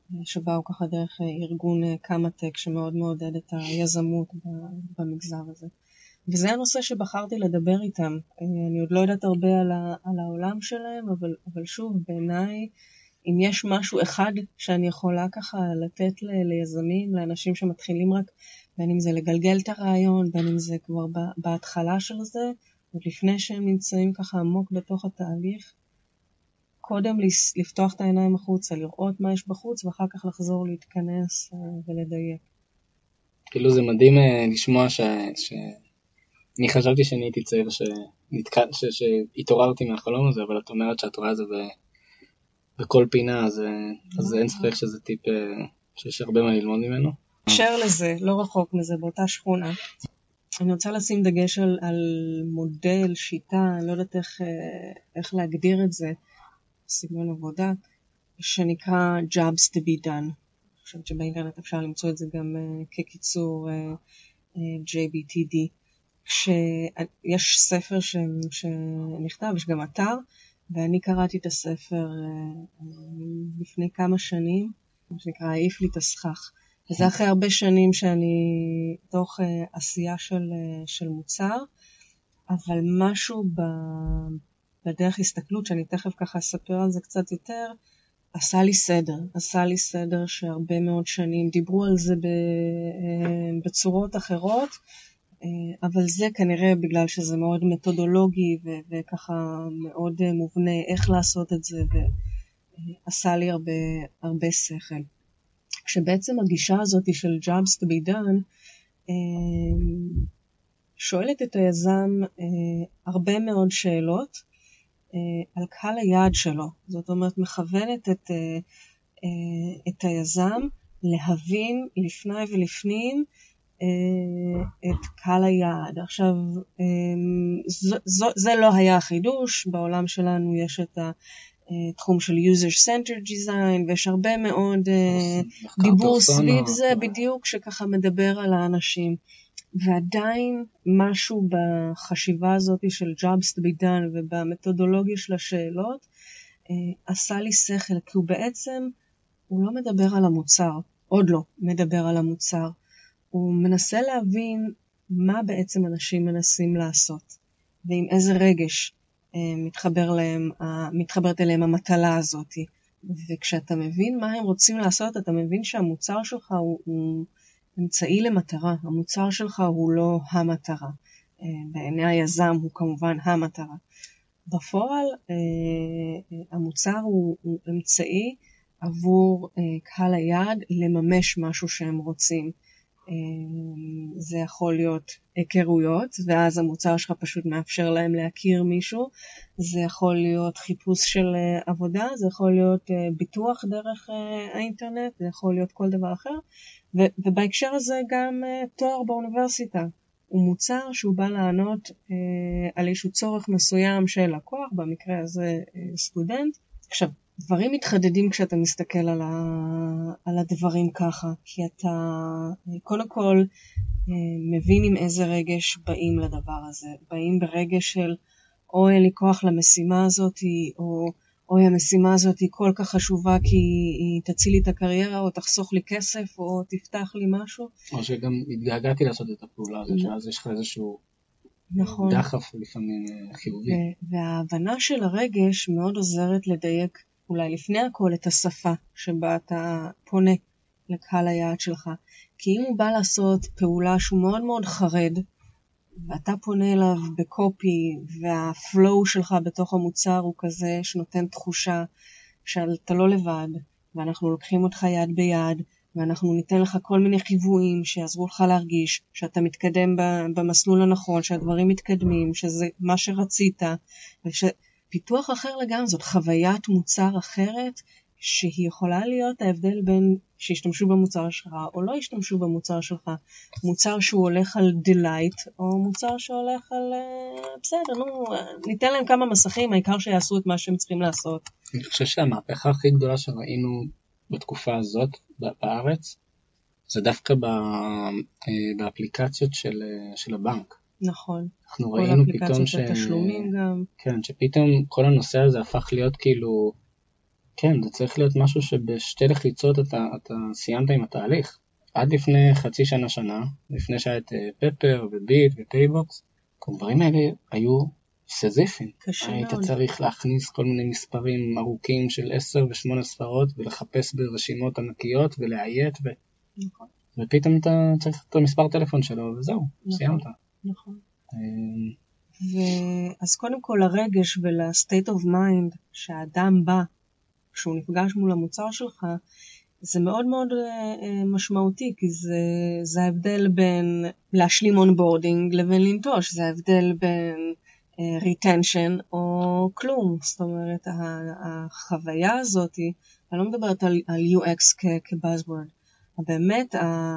שבאו ככה דרך ארגון קמאטק שמאוד מעודד את היזמות במגזר הזה. וזה הנושא שבחרתי לדבר איתם. אני עוד לא יודעת הרבה על, ה, על העולם שלהם, אבל, אבל שוב, בעיניי, אם יש משהו אחד שאני יכולה ככה לתת ל, ליזמים, לאנשים שמתחילים רק, בין אם זה לגלגל את הרעיון, בין אם זה כבר בהתחלה של זה, עוד לפני שהם נמצאים ככה עמוק בתוך התהליך, קודם לפתוח את העיניים החוצה, לראות מה יש בחוץ, ואחר כך לחזור להתכנס ולדייק. כאילו זה מדהים לשמוע ש... ש... אני חשבתי שאני הייתי צעיר שהתעוררתי מהחלום הזה, אבל את אומרת שאת רואה את זה בכל פינה, אז אין ספק שזה טיפ שיש הרבה מה ללמוד ממנו. שר לזה, לא רחוק מזה, באותה שכונה. אני רוצה לשים דגש על, על מודל, שיטה, אני לא יודעת איך, איך להגדיר את זה, סגנון עבודה, שנקרא Jobs to be done. אני חושבת שבאינטרנט אפשר למצוא את זה גם uh, כקיצור uh, uh, ג'יי בי טי די. כשיש ספר ש... שנכתב, יש גם אתר, ואני קראתי את הספר uh, לפני כמה שנים, מה שנקרא, העיף לי את הסכך. וזה אחרי הרבה שנים שאני תוך uh, עשייה של, uh, של מוצר, אבל משהו ב... בדרך הסתכלות, שאני תכף ככה אספר על זה קצת יותר, עשה לי סדר, עשה לי סדר שהרבה מאוד שנים דיברו על זה בצורות אחרות, אבל זה כנראה בגלל שזה מאוד מתודולוגי ו- וככה מאוד מובנה איך לעשות את זה, ועשה לי הרבה, הרבה שכל. כשבעצם הגישה הזאת של Jobs to be done, שואלת את היזם הרבה מאוד שאלות, על קהל היעד שלו. זאת אומרת, מכוונת את, את היזם להבין לפני ולפנים את קהל היעד. עכשיו, זו, זו, זה לא היה החידוש. בעולם שלנו יש את התחום של user centered design, ויש הרבה מאוד דיבור סביב זה, בדיוק שככה מדבר על האנשים. ועדיין משהו בחשיבה הזאת של Jobs to be done ובמתודולוגיה של השאלות עשה לי שכל, כי הוא בעצם, הוא לא מדבר על המוצר, עוד לא מדבר על המוצר, הוא מנסה להבין מה בעצם אנשים מנסים לעשות, ועם איזה רגש מתחבר להם, מתחברת אליהם המטלה הזאת, וכשאתה מבין מה הם רוצים לעשות, אתה מבין שהמוצר שלך הוא, הוא אמצעי למטרה, המוצר שלך הוא לא המטרה. בעיני היזם הוא כמובן המטרה. בפועל המוצר הוא, הוא אמצעי עבור קהל היעד לממש משהו שהם רוצים. זה יכול להיות היכרויות, ואז המוצר שלך פשוט מאפשר להם להכיר מישהו. זה יכול להיות חיפוש של עבודה, זה יכול להיות ביטוח דרך האינטרנט, זה יכול להיות כל דבר אחר. ו- ובהקשר הזה גם uh, תואר באוניברסיטה. הוא מוצר שהוא בא לענות uh, על איזשהו צורך מסוים של לקוח, במקרה הזה uh, סטודנט. עכשיו, דברים מתחדדים כשאתה מסתכל על, ה- על הדברים ככה, כי אתה uh, קודם כל uh, מבין עם איזה רגש באים לדבר הזה. באים ברגש של או אין לי כוח למשימה הזאת, או אוי, המשימה הזאת היא כל כך חשובה כי היא תציל לי את הקריירה, או תחסוך לי כסף, או תפתח לי משהו. או שגם התגעגעתי לעשות את הפעולה הזאת, שאז יש לך איזשהו נכון. דחף לפעמים חיובי. וההבנה של הרגש מאוד עוזרת לדייק, אולי לפני הכל, את השפה שבה אתה פונה לקהל היעד שלך. כי אם הוא בא לעשות פעולה שהוא מאוד מאוד חרד, ואתה פונה אליו בקופי, והפלואו שלך בתוך המוצר הוא כזה שנותן תחושה שאתה לא לבד, ואנחנו לוקחים אותך יד ביד, ואנחנו ניתן לך כל מיני חיוויים שיעזרו לך להרגיש שאתה מתקדם במסלול הנכון, שהדברים מתקדמים, שזה מה שרצית, פיתוח אחר לגמרי, זאת חוויית מוצר אחרת, שהיא יכולה להיות ההבדל בין שישתמשו במוצר שלך או לא ישתמשו במוצר שלך. מוצר שהוא הולך על דלייט, או מוצר שהולך על בסדר, נו, ניתן להם כמה מסכים, העיקר שיעשו את מה שהם צריכים לעשות. אני חושב שהמהפכה הכי גדולה שראינו בתקופה הזאת בארץ, זה דווקא באפליקציות של, של הבנק. נכון. אנחנו ראינו פתאום ש... גם. כן, שפתאום כל הנושא הזה הפך להיות כאילו כן, זה צריך להיות משהו שבשתי לחיצות אתה, אתה סיימת עם התהליך. עד לפני חצי שנה שנה, לפני שהיה את פפר וביט ופייבוקס, כל הדברים האלה היו סזיפיים. היית מאוד. צריך להכניס כל מיני מספרים ארוכים של עשר ושמונה ספרות, ולחפש ברשימות ענקיות ולעיית, ו... נכון. ופתאום אתה צריך את המספר טלפון שלו, וזהו, נכון, סיימת. נכון. ואז קודם כל הרגש ול-state of mind שהאדם בא, כשהוא נפגש מול המוצר שלך, זה מאוד מאוד uh, משמעותי, כי זה, זה ההבדל בין להשלים אונבורדינג לבין לנטוש, זה ההבדל בין uh, retention או כלום. זאת אומרת, החוויה הזאת, אני לא מדברת על, על יו אקס כבאזוורד, באמת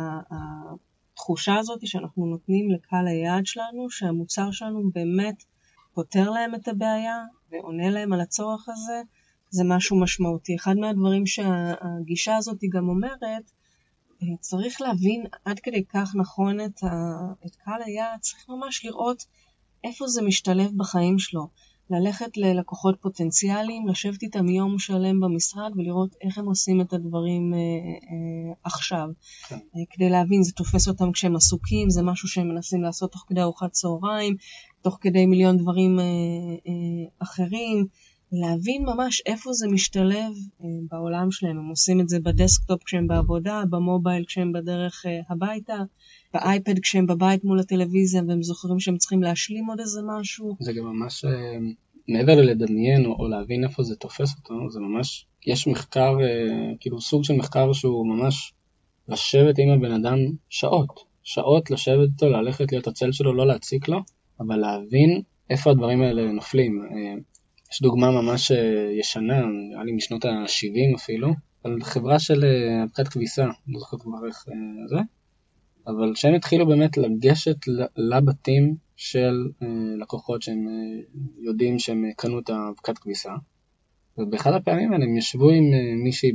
התחושה הזאת שאנחנו נותנים לקהל היעד שלנו, שהמוצר שלנו באמת פותר להם את הבעיה ועונה להם על הצורך הזה, זה משהו משמעותי. אחד מהדברים שהגישה הזאת גם אומרת, צריך להבין עד כדי כך נכון את, ה, את קהל היעד, צריך ממש לראות איפה זה משתלב בחיים שלו. ללכת ללקוחות פוטנציאליים, לשבת איתם יום שלם במשרד ולראות איך הם עושים את הדברים אה, אה, עכשיו. כן. אה, כדי להבין, זה תופס אותם כשהם עסוקים, זה משהו שהם מנסים לעשות תוך כדי ארוחת צהריים, תוך כדי מיליון דברים אה, אה, אחרים. להבין ממש איפה זה משתלב אה, בעולם שלהם. הם עושים את זה בדסקטופ כשהם בעבודה, במובייל כשהם בדרך אה, הביתה, באייפד כשהם בבית מול הטלוויזיה, והם זוכרים שהם צריכים להשלים עוד איזה משהו. זה גם ממש, אה, מעבר ללדמיין או, או להבין איפה זה תופס אותו, זה ממש, יש מחקר, אה, כאילו סוג של מחקר שהוא ממש לשבת עם הבן אדם שעות. שעות לשבת איתו, ללכת להיות הצל שלו, לא להציק לו, אבל להבין איפה הדברים האלה נופלים. אה, יש דוגמה ממש ישנה, נראה לי משנות ה-שבעים אפילו, על חברה של אבקת כביסה, לא זוכר כבר איך זה, אבל שהם התחילו באמת לגשת לבתים של לקוחות שהם יודעים שהם קנו את אבקת כביסה, ובאחד הפעמים האלה הם ישבו עם מישהי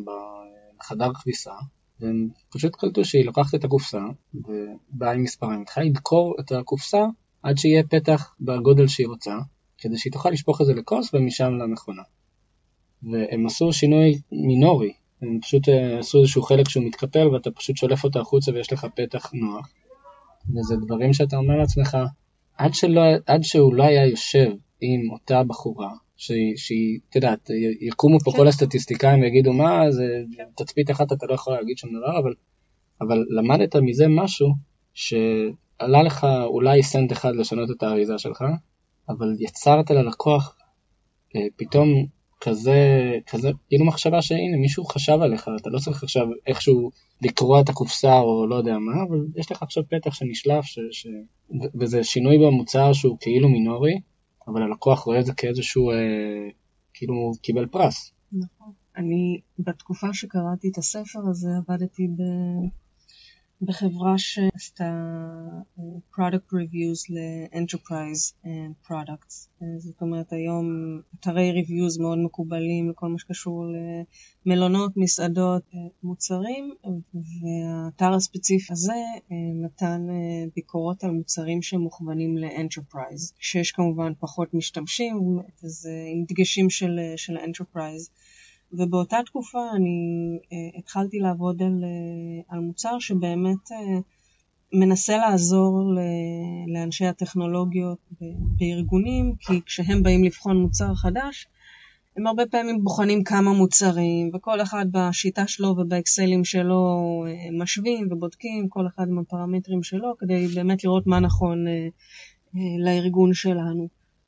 בחדר כביסה, והם פשוט קלטו שהיא לוקחת את הקופסה, ובאה עם מספרים, התחילה לדקור את הקופסה עד שיהיה פתח בגודל שהיא רוצה, כדי שהיא תוכל לשפוך את זה לכוס ומשם למכונה. והם עשו שינוי מינורי, הם פשוט עשו איזשהו חלק שהוא מתקפל ואתה פשוט שולף אותה החוצה ויש לך פתח נוח. וזה דברים שאתה אומר לעצמך, עד, שלא, עד שהוא לא היה יושב עם אותה בחורה, שהיא, שהיא תדעת, יקומו פה כן. כל הסטטיסטיקאים ויגידו מה, זה כן. תצפית אחת אתה לא יכול להגיד שום דבר, אבל, אבל למדת מזה משהו שעלה לך אולי סנט אחד לשנות את האריזה שלך, אבל יצרת ללקוח אה, פתאום כזה, כזה, כאילו מחשבה שהנה מישהו חשב עליך, אתה לא צריך עכשיו איכשהו לקרוא את הקופסה או לא יודע מה, אבל יש לך עכשיו פתח שנשלף, ש, ש... וזה שינוי במוצר שהוא כאילו מינורי, אבל הלקוח רואה את זה כאיזשהו, אה, כאילו קיבל פרס. נכון. אני בתקופה שקראתי את הספר הזה עבדתי ב... בחברה שעשתה product reviews ל-enterprise products. זאת אומרת, היום אתרי reviews מאוד מקובלים לכל מה שקשור למלונות, מסעדות, מוצרים, והאתר הספציפי הזה נתן ביקורות על מוצרים שמוכוונים ל-enterprise, שיש כמובן פחות משתמשים, אז עם דגשים של, של enterprise. ובאותה תקופה אני uh, התחלתי לעבוד על, uh, על מוצר שבאמת uh, מנסה לעזור ל- לאנשי הטכנולוגיות ב- בארגונים, כי כשהם באים לבחון מוצר חדש, הם הרבה פעמים בוחנים כמה מוצרים, וכל אחד בשיטה שלו ובאקסלים שלו uh, משווים ובודקים, כל אחד עם הפרמטרים שלו, כדי באמת לראות מה נכון uh, uh, לארגון שלנו.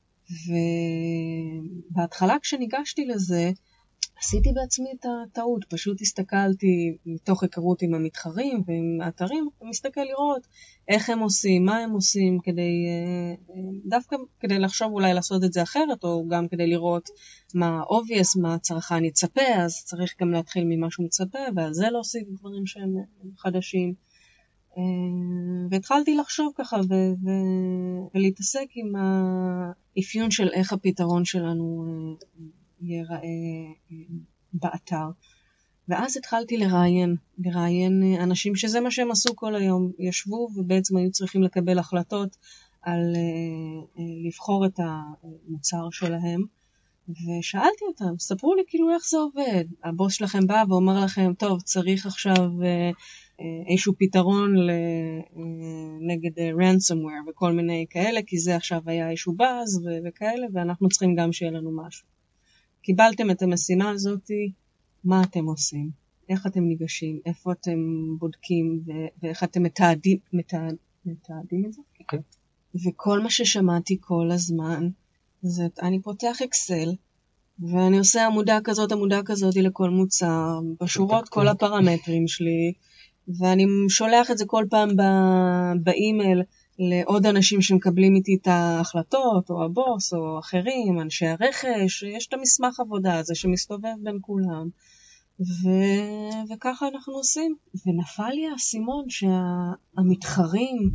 ובהתחלה כשניגשתי לזה, עשיתי בעצמי את הטעות, פשוט הסתכלתי מתוך היכרות עם המתחרים ועם האתרים, ומסתכל לראות איך הם עושים, מה הם עושים, כדי, דווקא כדי לחשוב אולי לעשות את זה אחרת, או גם כדי לראות מה obvious, מה הצרכן יצפה, אז צריך גם להתחיל ממה שהוא מצפה, ועל זה להוסיף דברים שהם חדשים. והתחלתי לחשוב ככה, ו- ו- ולהתעסק עם האפיון של איך הפתרון שלנו ייראה באתר. ואז התחלתי לראיין, לראיין אנשים שזה מה שהם עשו כל היום, ישבו ובעצם היו צריכים לקבל החלטות על לבחור את המוצר שלהם, ושאלתי אותם, ספרו לי כאילו איך זה עובד. הבוס שלכם בא ואומר לכם, טוב, צריך עכשיו אה, אה, איזשהו פתרון ל, אה, נגד אה, ransomware וכל מיני כאלה, כי זה עכשיו היה איזשהו באז ו- וכאלה, ואנחנו צריכים גם שיהיה לנו משהו. קיבלתם את המשימה הזאת, מה אתם עושים? איך אתם ניגשים? איפה אתם בודקים? ו- ואיך אתם מתעדים, מתעד, מתעדים את זה? Okay. וכל מה ששמעתי כל הזמן, זה אני פותח אקסל, ואני עושה עמודה כזאת, עמודה כזאת לכל מוצר, בשורות כל הפרמטרים שלי, ואני שולח את זה כל פעם באימייל לעוד אנשים שמקבלים איתי את ההחלטות, או הבוס, או אחרים, אנשי הרכש, יש את המסמך עבודה הזה שמסתובב בין כולם, ו... וככה אנחנו עושים. ונפל לי הסימון שהמתחרים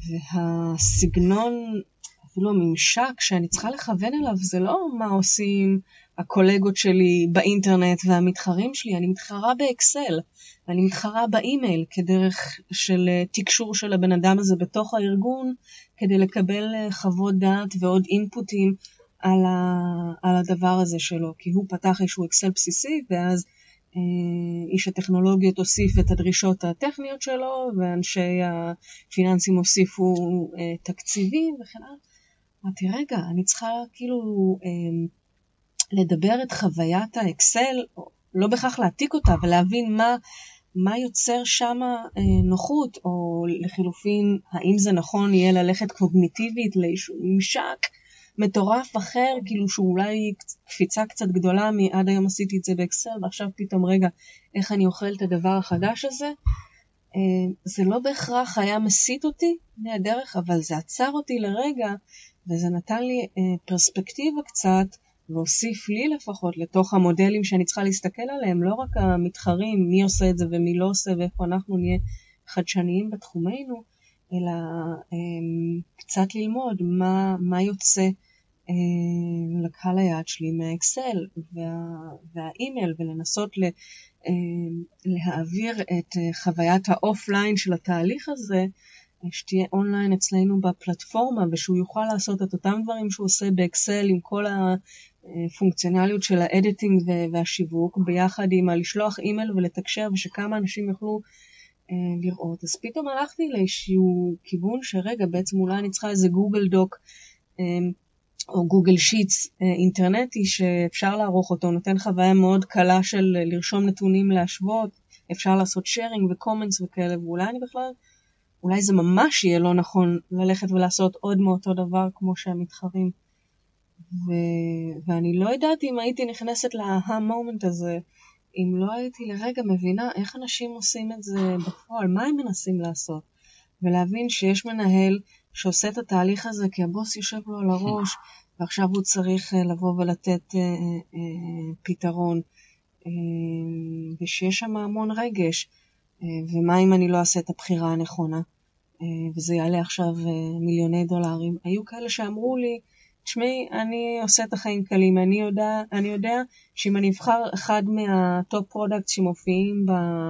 והסגנון, אפילו הממשק שאני צריכה לכוון אליו, זה לא מה עושים הקולגות שלי באינטרנט והמתחרים שלי, אני מתחרה באקסל, אני מתחרה באימייל כדרך של תקשור של הבן אדם הזה בתוך הארגון, כדי לקבל חוות דעת ועוד אינפוטים על, ה, על הדבר הזה שלו, כי הוא פתח איזשהו אקסל בסיסי, ואז אה, איש הטכנולוגיות הוסיף את הדרישות הטכניות שלו, ואנשי הפיננסים הוסיפו אה, תקציבים וכן הלאה. אמרתי, רגע, אני צריכה כאילו אה, לדבר את חוויית האקסל, לא בכך להעתיק אותה, אבל להבין מה, מה יוצר שם אה, נוחות, או לחילופין, האם זה נכון יהיה ללכת קוגניטיבית לאיזשהו ממשק מטורף אחר, כאילו שאולי קפיצה קצת גדולה, מעד היום עשיתי את זה באקסל, ועכשיו פתאום רגע, איך אני אוכל את הדבר החדש הזה, אה, זה לא בהכרח היה מסית אותי מהדרך, אבל זה עצר אותי לרגע, וזה נתן לי אה, פרספקטיבה קצת, והוסיף לי לפחות לתוך המודלים שאני צריכה להסתכל עליהם, לא רק המתחרים, מי עושה את זה ומי לא עושה, ואיפה אנחנו נהיה חדשניים בתחומנו, אלא אה, קצת ללמוד מה, מה יוצא אה, לקהל היעד שלי מהאקסל וה, והאימייל, ולנסות ל, אה, להעביר את חוויית האופליין של התהליך הזה, שתהיה אונליין אצלנו בפלטפורמה, ושהוא יוכל לעשות את אותם דברים שהוא עושה באקסל, עם כל הפונקציונליות של האדיטינג והשיווק, ביחד עם הלשלוח אימייל ולתקשר, ושכמה אנשים יוכלו אה, לראות. אז פתאום הלכתי לאיזשהו כיוון שרגע, בעצם אולי אני צריכה איזה גוגל דוק, אה, או גוגל שיטס אה, אינטרנטי, שאפשר לערוך אותו, נותן חוויה מאוד קלה של לרשום נתונים להשוות, אפשר לעשות שיירינג וקומנטס וכאלה, ואולי אני בכלל... אולי זה ממש יהיה לא נכון ללכת ולעשות עוד מאותו דבר כמו שהמתחרים. ו... ואני לא יודעת אם הייתי נכנסת להמומנט הזה, אם לא הייתי לרגע מבינה איך אנשים עושים את זה בפועל, מה הם מנסים לעשות. ולהבין שיש מנהל שעושה את התהליך הזה כי הבוס יושב לו על הראש, ועכשיו הוא צריך לבוא ולתת אה, אה, פתרון, אה, ושיש שם המון רגש. ומה אם אני לא אעשה את הבחירה הנכונה, וזה יעלה עכשיו מיליוני דולרים. היו כאלה שאמרו לי, תשמעי, אני עושה את החיים קלים, אני יודע, אני יודע שאם אני אבחר אחד מהטופ פרודקט שמופיעים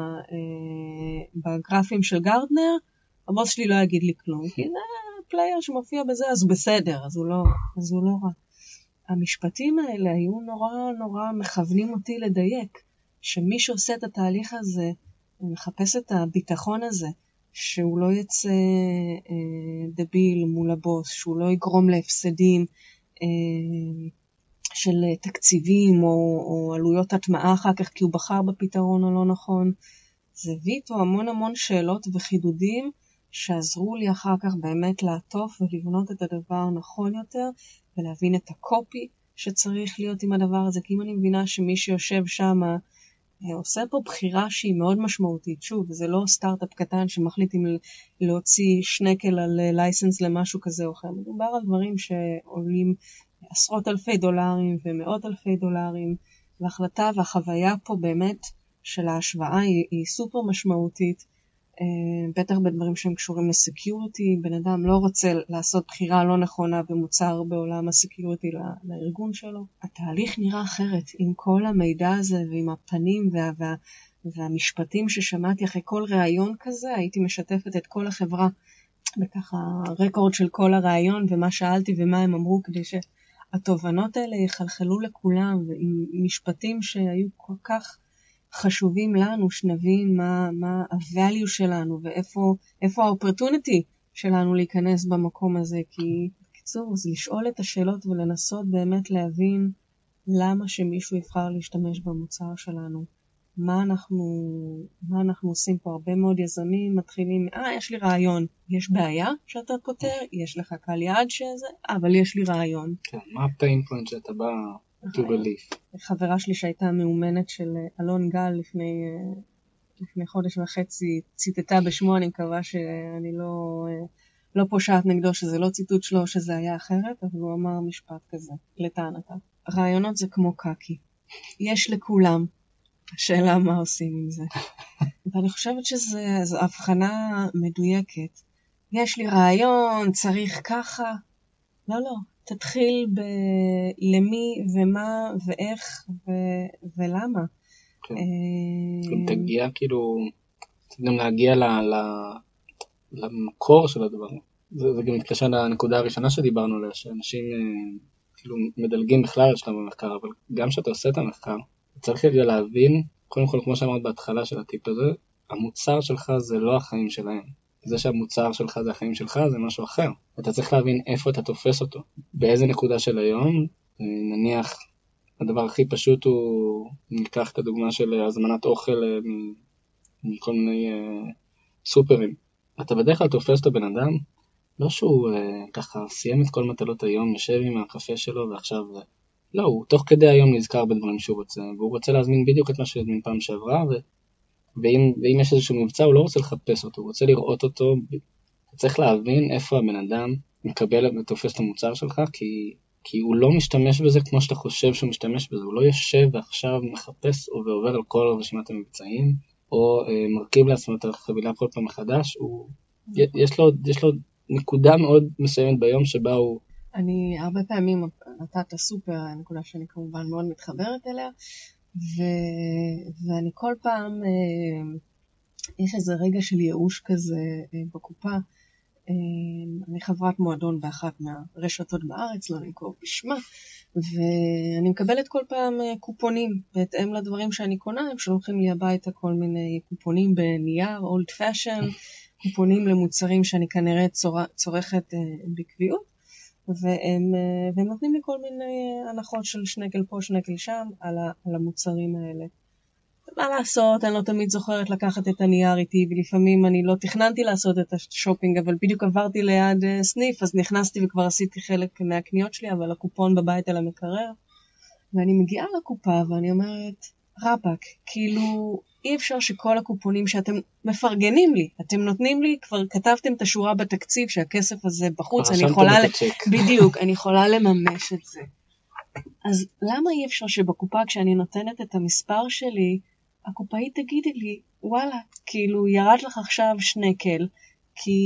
בגרפים של גרדנר, הבוס שלי לא יגיד לי כלום, כי זה פלייר שמופיע בזה, אז בסדר, אז הוא לא, אז הוא לא רע. המשפטים האלה היו נורא נורא מכוונים אותי לדייק, שמי שעושה את התהליך הזה, הוא מחפש את הביטחון הזה, שהוא לא יצא אה, דביל מול הבוס, שהוא לא יגרום להפסדים אה, של תקציבים או, או עלויות הטמעה אחר כך, כי הוא בחר בפתרון או לא נכון. זה הביא איתו המון המון שאלות וחידודים, שעזרו לי אחר כך באמת לעטוף ולבנות את הדבר הנכון יותר, ולהבין את הקופי שצריך להיות עם הדבר הזה, כי אם אני מבינה שמי שיושב שם, עושה פה בחירה שהיא מאוד משמעותית. שוב, זה לא סטארט-אפ קטן שמחליט אם להוציא שנקל על לייסנס למשהו כזה או אחר. מדובר על דברים שעולים עשרות אלפי דולרים ומאות אלפי דולרים, וההחלטה והחוויה פה באמת של ההשוואה היא, היא סופר משמעותית, בטח בדברים שהם קשורים לסקיוריטי. בן אדם לא רוצה לעשות בחירה לא נכונה במוצר בעולם הסקיוריטי לארגון שלו. התהליך נראה אחרת עם כל המידע הזה ועם הפנים וה, וה, והמשפטים ששמעתי אחרי כל ראיון כזה. הייתי משתפת את כל החברה בככה רקורד של כל הראיון ומה שאלתי ומה הם אמרו, כדי שהתובנות האלה יחלחלו לכולם, ועם משפטים שהיו כל כך חשובים לנו, שנבין מה, מה ה-value שלנו, ואיפה איפה ה-opportunity שלנו להיכנס במקום הזה, כי בקיצור, זה לשאול את השאלות ולנסות באמת להבין למה שמישהו יבחר להשתמש במוצר שלנו. מה אנחנו, מה אנחנו עושים פה? הרבה מאוד יזמים מתחילים, אה, יש לי רעיון. יש בעיה שאתה פותר? יש לך קל יעד שזה? אבל יש לי רעיון. כן, מה הפיין פוינט שאתה בא to relief? חברה שלי שהייתה מאומנת של אלון גל לפני, לפני חודש וחצי, ציטטה בשמו, אני מקווה שאני לא, לא פושעת נגדו, שזה לא ציטוט שלו, שזה היה אחרת, אבל הוא אמר משפט כזה, לטענתה. רעיונות זה כמו קקי. יש לכולם. השאלה מה עושים עם זה. ואני חושבת שזו הבחנה מדויקת. יש לי רעיון, צריך ככה. לא, לא. תתחיל בלמי ומה ואיך ו- ולמה. כן. גם תגיע כאילו, צריך גם להגיע ל- ל- למקור של הדבר. זה, זה גם מתקשר לנקודה הראשונה שדיברנו עליה, שאנשים כאילו מדלגים בכלל על שלב המחקר, אבל גם שאתה עושה את המחקר, צריך רגע להבין, קודם כל כמו שאמרת בהתחלה של הטיפ הזה, המוצר שלך זה לא החיים שלהם. זה שהמוצר שלך זה החיים שלך זה משהו אחר. אתה צריך להבין איפה אתה תופס אותו. באיזה נקודה של היום, נניח, הדבר הכי פשוט הוא, ניקח את הדוגמה של הזמנת אוכל מכל מיני סופרים. אתה בדרך כלל תופס את הבן אדם, לא שהוא ככה סיים את כל מטלות היום, יושב עם הקפה שלו ועכשיו... לא, הוא תוך כדי היום נזכר בדברים שהוא רוצה, והוא רוצה להזמין בדיוק את מה שהזמין פעם שעברה, ו... ואם, ואם יש איזשהו מבצע, הוא לא רוצה לחפש אותו, הוא רוצה לראות אותו, אתה צריך להבין איפה הבן אדם מקבל ותופס את המוצר שלך, כי, כי הוא לא משתמש בזה כמו שאתה חושב שהוא משתמש בזה, הוא לא יושב ועכשיו מחפש ועובר על כל רשימת המבצעים, או אה, מרכיב לעצמו את החבילה כל פעם מחדש, הוא, יש לו, יש לו נקודה מאוד מסוימת ביום שבה הוא, אני הרבה פעמים נתת סופר, הנקודה שאני כמובן מאוד מתחברת אליה, ו... ואני כל פעם, אה, יש איזה רגע של ייאוש כזה אה, בקופה. אה, אני חברת מועדון באחת מהרשתות בארץ, לא ננקוב בשמה, ואני מקבלת כל פעם אה, קופונים, בהתאם לדברים שאני קונה, הם שולחים לי הביתה כל מיני קופונים בנייר, old fashion, קופונים למוצרים שאני כנראה צור... צורכת אה, בקביעות, והם, והם נותנים לי כל מיני הנחות של שנקל פה, שנקל שם, על, ה, על המוצרים האלה. מה לעשות, אני לא תמיד זוכרת לקחת את הנייר איתי, ולפעמים אני לא תכננתי לעשות את השופינג, אבל בדיוק עברתי ליד סניף, אז נכנסתי וכבר עשיתי חלק מהקניות שלי, אבל הקופון בבית על המקרר, ואני מגיעה לקופה ואני אומרת, רבק, כאילו אי אפשר שכל הקופונים שאתם מפרגנים לי, אתם נותנים לי, כבר כתבתם את השורה בתקציב שהכסף הזה בחוץ, אני יכולה, בדיוק, אני יכולה לממש את זה. אז למה אי אפשר שבקופה כשאני נותנת את המספר שלי, הקופאית תגידי לי, וואלה, כאילו ירד לך עכשיו שנקל, כי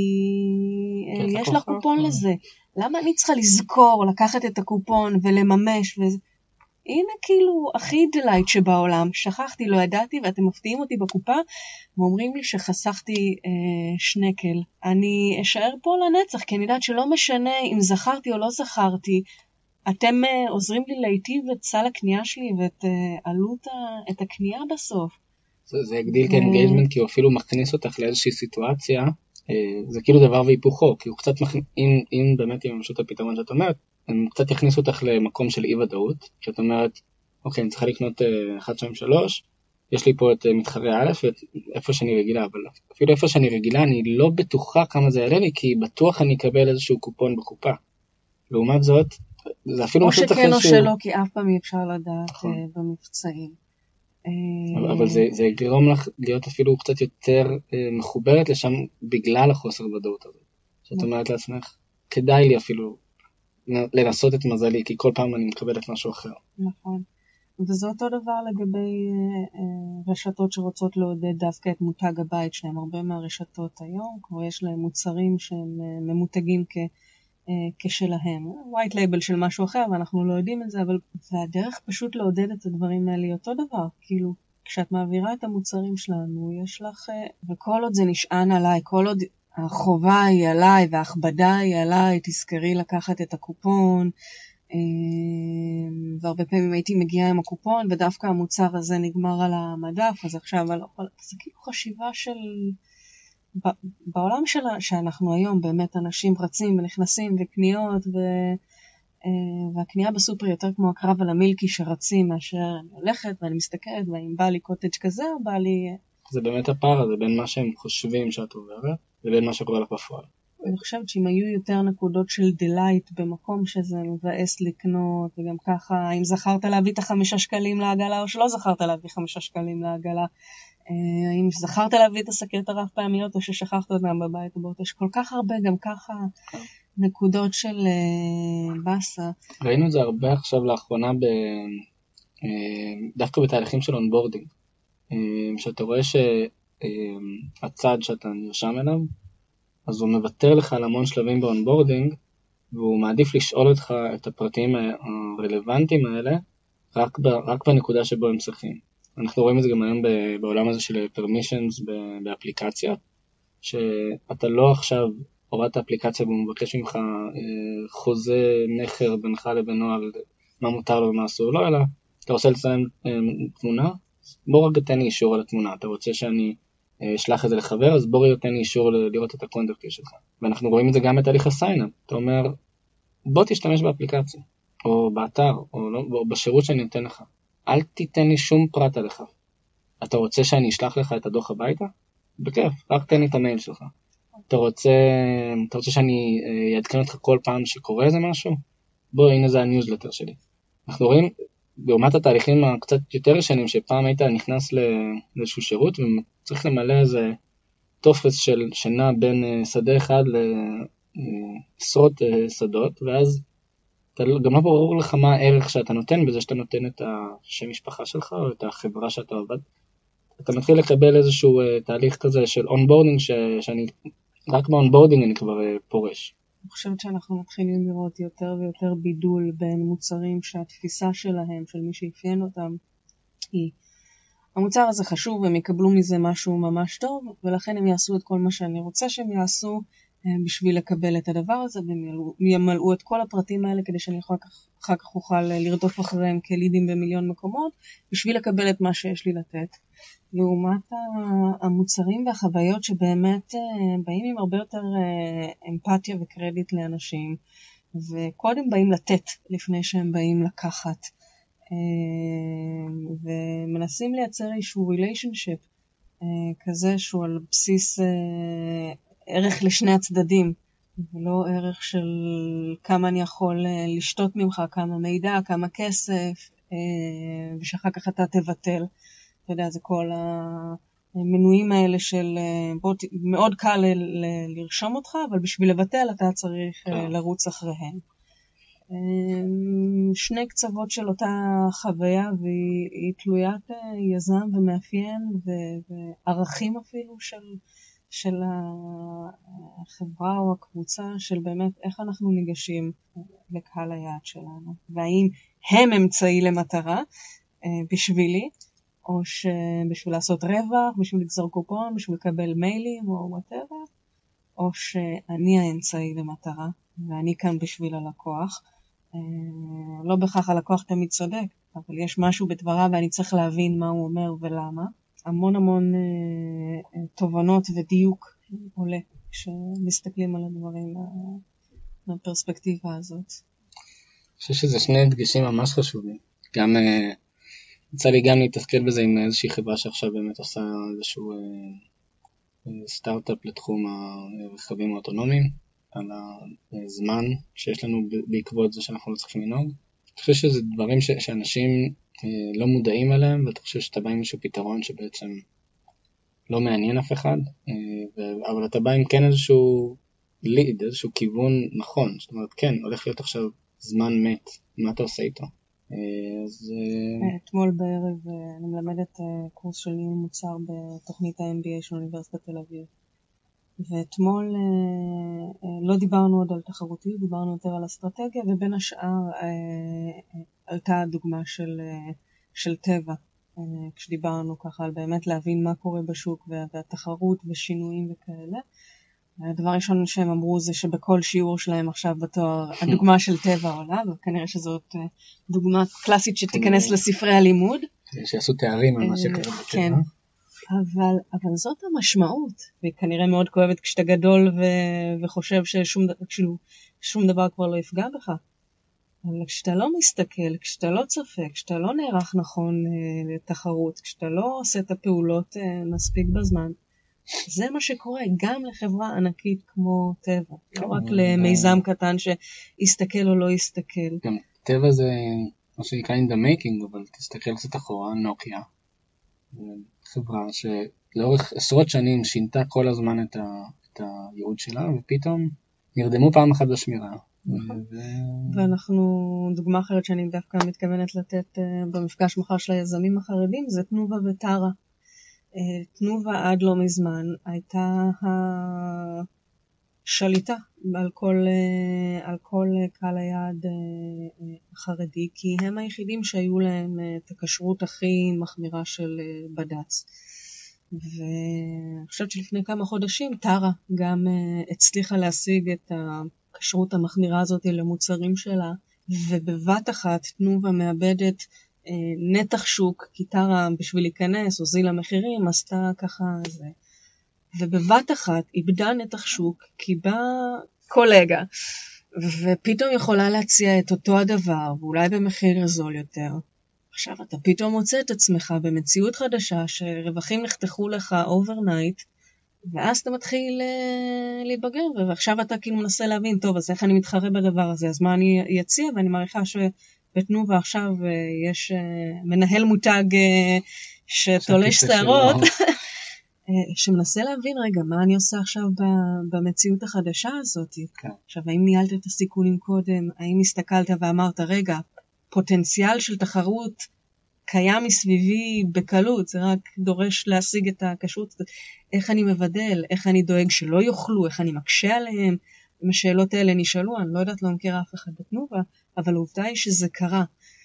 יש לך קופון לזה. למה אני צריכה לזכור, לקחת את הקופון ולממש וזה? הנה כאילו הכי דלייט שבעולם, שכחתי, לא ידעתי, ואתם מפתיעים אותי בקופה, ואומרים לי שחסכתי אה, שנקל. אני אשאר פה לנצח, כי אני יודעת שלא משנה אם זכרתי או לא זכרתי, אתם אה, עוזרים לי להיטיב את סל הקנייה שלי, ואת אה, עלות ה, את הקנייה בסוף. זה, זה יגדיל את האנגייג'מנט, כי הוא אפילו מכניס אותך לאיזושהי סיטואציה, אה, זה כאילו דבר והיפוכו, כי הוא קצת מכניס, אם, אם באמת יממשו את הפתרון שאת אומרת, הם קצת יכניסו אותך למקום של אי-ודאות, שאת אומרת, אוקיי, אני צריכה לקנות אחת, שתיים, שלוש, יש לי פה את מתחרה א' ואיפה שאני רגילה, אבל אפילו איפה שאני רגילה, אני לא בטוחה כמה זה יעלה לי, כי בטוח אני אקבל איזשהו קופון בקופה. לעומת זאת, זה אפילו... או שכן או שלא, כי אף פעם אי אפשר לדעת במבצעים. אבל זה, זה יגרום לך להיות אפילו קצת יותר מחוברת לשם, בגלל החוסר ודאות הזאת. שאת אומרת לעצמך, כדאי לי אפילו... לנסות את מזלי, כי כל פעם אני מקבלת משהו אחר. נכון. וזה אותו דבר לגבי אה, רשתות שרוצות לעודד דווקא את מותג הבית שלהם. הרבה מהרשתות היום, כבר יש להם מוצרים שהם אה, ממותגים כ, אה, כשלהם. white label של משהו אחר, ואנחנו לא יודעים את זה, אבל והדרך פשוט לעודד את הדברים האלה היא אותו דבר. כאילו, כשאת מעבירה את המוצרים שלנו, יש לך, אה, וכל עוד זה נשען עליי, כל עוד... החובה היא עליי וההכבדה היא עליי, תזכרי לקחת את הקופון, והרבה פעמים הייתי מגיעה עם הקופון, ודווקא המוצר הזה נגמר על המדף, אז עכשיו זה כאילו חשיבה של, בעולם שלה, שאנחנו היום באמת אנשים רצים ונכנסים וקניות, ו, והקנייה בסופר יותר כמו הקרב על המילקי שרצים, מאשר אני הולכת ואני מסתכלת, ואם בא לי קוטג' כזה או בא לי... זה באמת הפער הזה בין מה שהם חושבים שאת עוברת, לבין מה שקורה לך בפועל. אני חושבת שאם היו יותר נקודות של דלייט במקום שזה מבאס לקנות, וגם ככה, אם זכרת להביא את החמישה שקלים לעגלה, או שלא זכרת להביא חמישה שקלים לעגלה, אם זכרת להביא את השקיות הרב פעמיות, או ששכחת אותם בבית או באוטו, יש כל כך הרבה, גם ככה נקודות של בסה. ראינו את זה הרבה עכשיו לאחרונה, ב... דווקא בתהליכים של אונבורדינג, שאתה רואה שהצד שאתה נרשם אליו, אז הוא מוותר לך על המון שלבים באונבורדינג, והוא מעדיף לשאול אותך את הפרטים הרלוונטיים האלה, רק, ב, רק בנקודה שבו הם צריכים. אנחנו רואים את זה גם היום בעולם הזה של permissions באפליקציה, שאתה לא עכשיו הורדת האפליקציה והוא מבקש ממך חוזה נכר בינך לבינו על מה מותר לו ומה אסור לו, אלא אתה רוצה לצלם תמונה, בוא רק תן לי אישור על התמונה, אתה רוצה שאני אשלח את זה לחבר, אז בוא תן לי אישור לראות את הקונטקט שלך. ואנחנו רואים את זה גם בתהליך הסיינאפ, אתה אומר, בוא תשתמש באפליקציה, או באתר, או, לא, או בשירות שאני נותן לך. אל תיתן לי שום פרט עליך. אתה רוצה שאני אשלח לך את הדוח הביתה? בכיף, רק תן לי את המייל שלך. אתה רוצה, אתה רוצה שאני אעדכן אותך כל פעם שקורה איזה משהו? בוא, הנה זה הניוזלטר שלי. אנחנו רואים, לעומת התהליכים הקצת יותר ישנים, שפעם היית נכנס לאיזשהו שירות, וצריך למלא איזה טופס של שנה בין שדה אחד לעשרות שדות, ואז גם לא ברור לך מה הערך שאתה נותן, בזה שאתה נותן את השם משפחה שלך, או את החברה שאתה עובד. אתה מתחיל לקבל איזשהו תהליך כזה של אונבורדינג, שאני, רק באונבורדינג אני כבר פורש. אני חושבת שאנחנו מתחילים לראות יותר ויותר בידול בין מוצרים שהתפיסה שלהם, של מי שאפיין אותם, היא המוצר הזה חשוב, הם יקבלו מזה משהו ממש טוב, ולכן הם יעשו את כל מה שאני רוצה שהם יעשו בשביל לקבל את הדבר הזה, והם ימלאו את כל הפרטים האלה כדי שאני אחר כך, אחר כך אוכל לרדוף אחריהם כלידים במיליון מקומות, בשביל לקבל את מה שיש לי לתת. לעומת המוצרים והחוויות שבאמת באים עם הרבה יותר אמפתיה וקרדיט לאנשים, וקודם באים לתת לפני שהם באים לקחת, ומנסים לייצר איזשהו relationship כזה שהוא על בסיס ערך לשני הצדדים, ולא ערך של כמה אני יכול לשתות ממך, כמה מידע, כמה כסף, ושאחר כך אתה תבטל. אתה יודע, זה כל המנויים האלה של, בוא, מאוד קל ל- ל- לרשום אותך, אבל בשביל לבטל אתה צריך לרוץ אחריהם. שני קצוות של אותה חוויה, והיא תלוית יזם ומאפיין, וערכים אפילו של, של החברה או הקבוצה, של באמת איך אנחנו ניגשים לקהל היעד שלנו. והאם הם אמצעי למטרה בשבילי, או שבשביל לעשות רווח, בשביל לגזור קופון, בשביל לקבל מיילים או whatever, או שאני האמצעי למטרה, ואני כאן בשביל הלקוח. לא בכך הלקוח תמיד צודק, אבל יש משהו בדבריו ואני צריך להבין מה הוא אומר ולמה. המון המון תובנות ודיוק עולה כשמסתכלים על הדברים מהפרספקטיבה הזאת. אני חושב שזה שני דגשים ממש חשובים. גם יצא לי גם להתעסקל בזה עם איזושהי חברה שעכשיו באמת עושה איזשהו סטארט-אפ לתחום הרכבים האוטונומיים, על הזמן שיש לנו בעקבות זה שאנחנו לא צריכים לנהוג. אני חושב שזה דברים ש- שאנשים לא מודעים אליהם, ואתה חושב שאתה בא עם איזשהו פתרון שבעצם לא מעניין אף אחד, אבל אתה בא עם כן איזשהו ליד, איזשהו כיוון נכון, זאת אומרת כן, הולך להיות עכשיו זמן מת, מה אתה עושה איתו? אז... אתמול בערב אני מלמדת קורס של ניהול מוצר בתוכנית ה-אם בי איי של אוניברסיטת תל אביב. ואתמול לא דיברנו עוד על תחרותיות, דיברנו יותר על אסטרטגיה, ובין השאר עלתה הדוגמה של, של טבע, כשדיברנו ככה על באמת להבין מה קורה בשוק והתחרות ושינויים וכאלה. הדבר הראשון שהם אמרו זה שבכל שיעור שלהם עכשיו בתואר, הדוגמה של טבע עולה, וכנראה שזאת דוגמה קלאסית שתיכנס לספרי הלימוד. שיעשו תארים על מה שקרה בטבע. כן, אבל, אבל זאת המשמעות, וכנראה מאוד כואבת כשאתה גדול ו- וחושב ששום שום דבר כבר לא יפגע בך. אבל כשאתה לא מסתכל, כשאתה לא צופה, כשאתה לא נערך נכון אה, לתחרות, כשאתה לא עושה את הפעולות אה, מספיק בזמן, זה מה שקורה גם לחברה ענקית כמו טבע. לא רק למיזם קטן שיסתכל או לא יסתכל. גם טבע זה מה שנקרא in the making, אבל תסתכל קצת אחורה, נוקיה. חברה שלאורך עשרות שנים שינתה כל הזמן את, ה, את הייעוד שלה, ופתאום נרדמו פעם אחת בשמירה. ו... ואנחנו, דוגמה אחרת שאני דווקא מתכוונת לתת במפגש מחר של היזמים החרדים, זה תנובה וטרה. תנובה עד לא מזמן הייתה השליטה על כל, על כל קהל היעד החרדי, כי הם היחידים שהיו להם את הכשרות הכי מחמירה של בד"ץ. ואני חושבת שלפני כמה חודשים טרה גם הצליחה להשיג את הכשרות המחמירה הזאת למוצרים שלה, ובבת אחת תנובה מאבדת נתח שוק, כי טרה בשביל להיכנס, הוזיל המחירים, עשתה ככה זה. ובבת אחת איבדה נתח שוק, כי בא קולגה, ופתאום יכולה להציע את אותו הדבר, ואולי במחיר זול יותר. עכשיו אתה פתאום מוצא את עצמך במציאות חדשה, שרווחים נחתכו לך אוברנייט, ואז אתה מתחיל להתבגר, ועכשיו אתה כאילו מנסה להבין, טוב, אז איך אני מתחרה בדבר הזה, אז מה אני אציע, ואני מעריכה ש... בתנובה עכשיו יש מנהל מותג שתולש שערות, שמנסה להבין רגע מה אני עושה עכשיו במציאות החדשה הזאת. עכשיו, האם ניהלת את הסיכונים קודם? האם הסתכלת ואמרת, רגע, פוטנציאל של תחרות קיים מסביבי בקלות, זה רק דורש להשיג את הכשרות, איך אני מבדל, איך אני דואג שלא יאכלו, איך אני מקשה עליהם, אם השאלות האלה נשאלו, אני לא יודעת, לא מכירה אף אחד בתנובה, אבל העובדה היא שזה קרה.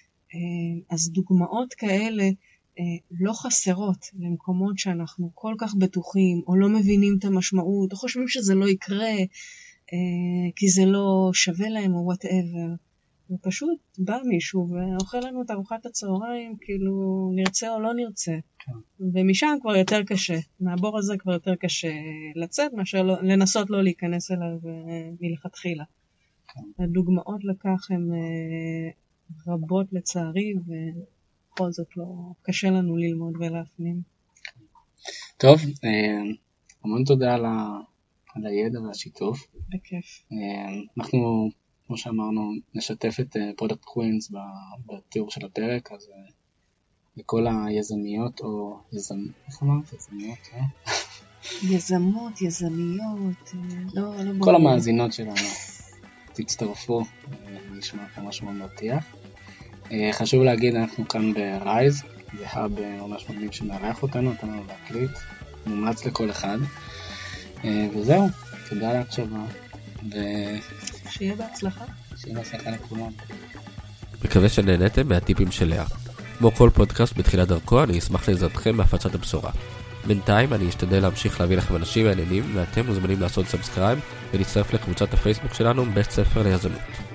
אז דוגמאות כאלה לא חסרות למקומות שאנחנו כל כך בטוחים, או לא מבינים את המשמעות, או חושבים שזה לא יקרה, כי זה לא שווה להם, או whatever. ופשוט בא מישהו ואוכל לנו את ארוחת הצהריים, כאילו נרצה או לא נרצה. כן. ומשם כבר יותר קשה, מהבור הזה כבר יותר קשה לצאת, מאשר לא, לנסות לא להיכנס אליו מלכתחילה. כן. הדוגמאות לכך הן רבות לצערי, ובכל זאת לא קשה לנו ללמוד ולהפנים. טוב, המון תודה על, ה, על הידע והשיתוף. בכיף. אנחנו... כמו שאמרנו, נשתף את פרודקט קווינס בתיאור של הפרק, אז לכל היזמיות או יזמ... איך אמרת? יזמיות, אה? יזמות, יזמיות, לא, לא כל המאזינות שלנו, תצטרפו, נשמע פה משהו מבטיח. חשוב להגיד, אנחנו כאן ברייז, זה האב ממש מגניב שמארח אותנו, נתן לנו להקליט, מומלץ לכל אחד. וזהו, תודה להקשבה. ו... שיהיה בהצלחה. שיהיה בהצלחה לכולם. מקווה שנהנתם מהטיפים של לאה. כמו כל פודקאסט בתחילת דרכו, אני אשמח לעזרתכם בהפצת הבשורה. בינתיים אני אשתדל להמשיך להביא לכם אנשים מעניינים, ואתם מוזמנים לעשות סאבסקרייב ולהצטרף לקבוצת הפייסבוק שלנו, בית ספר ליזמות.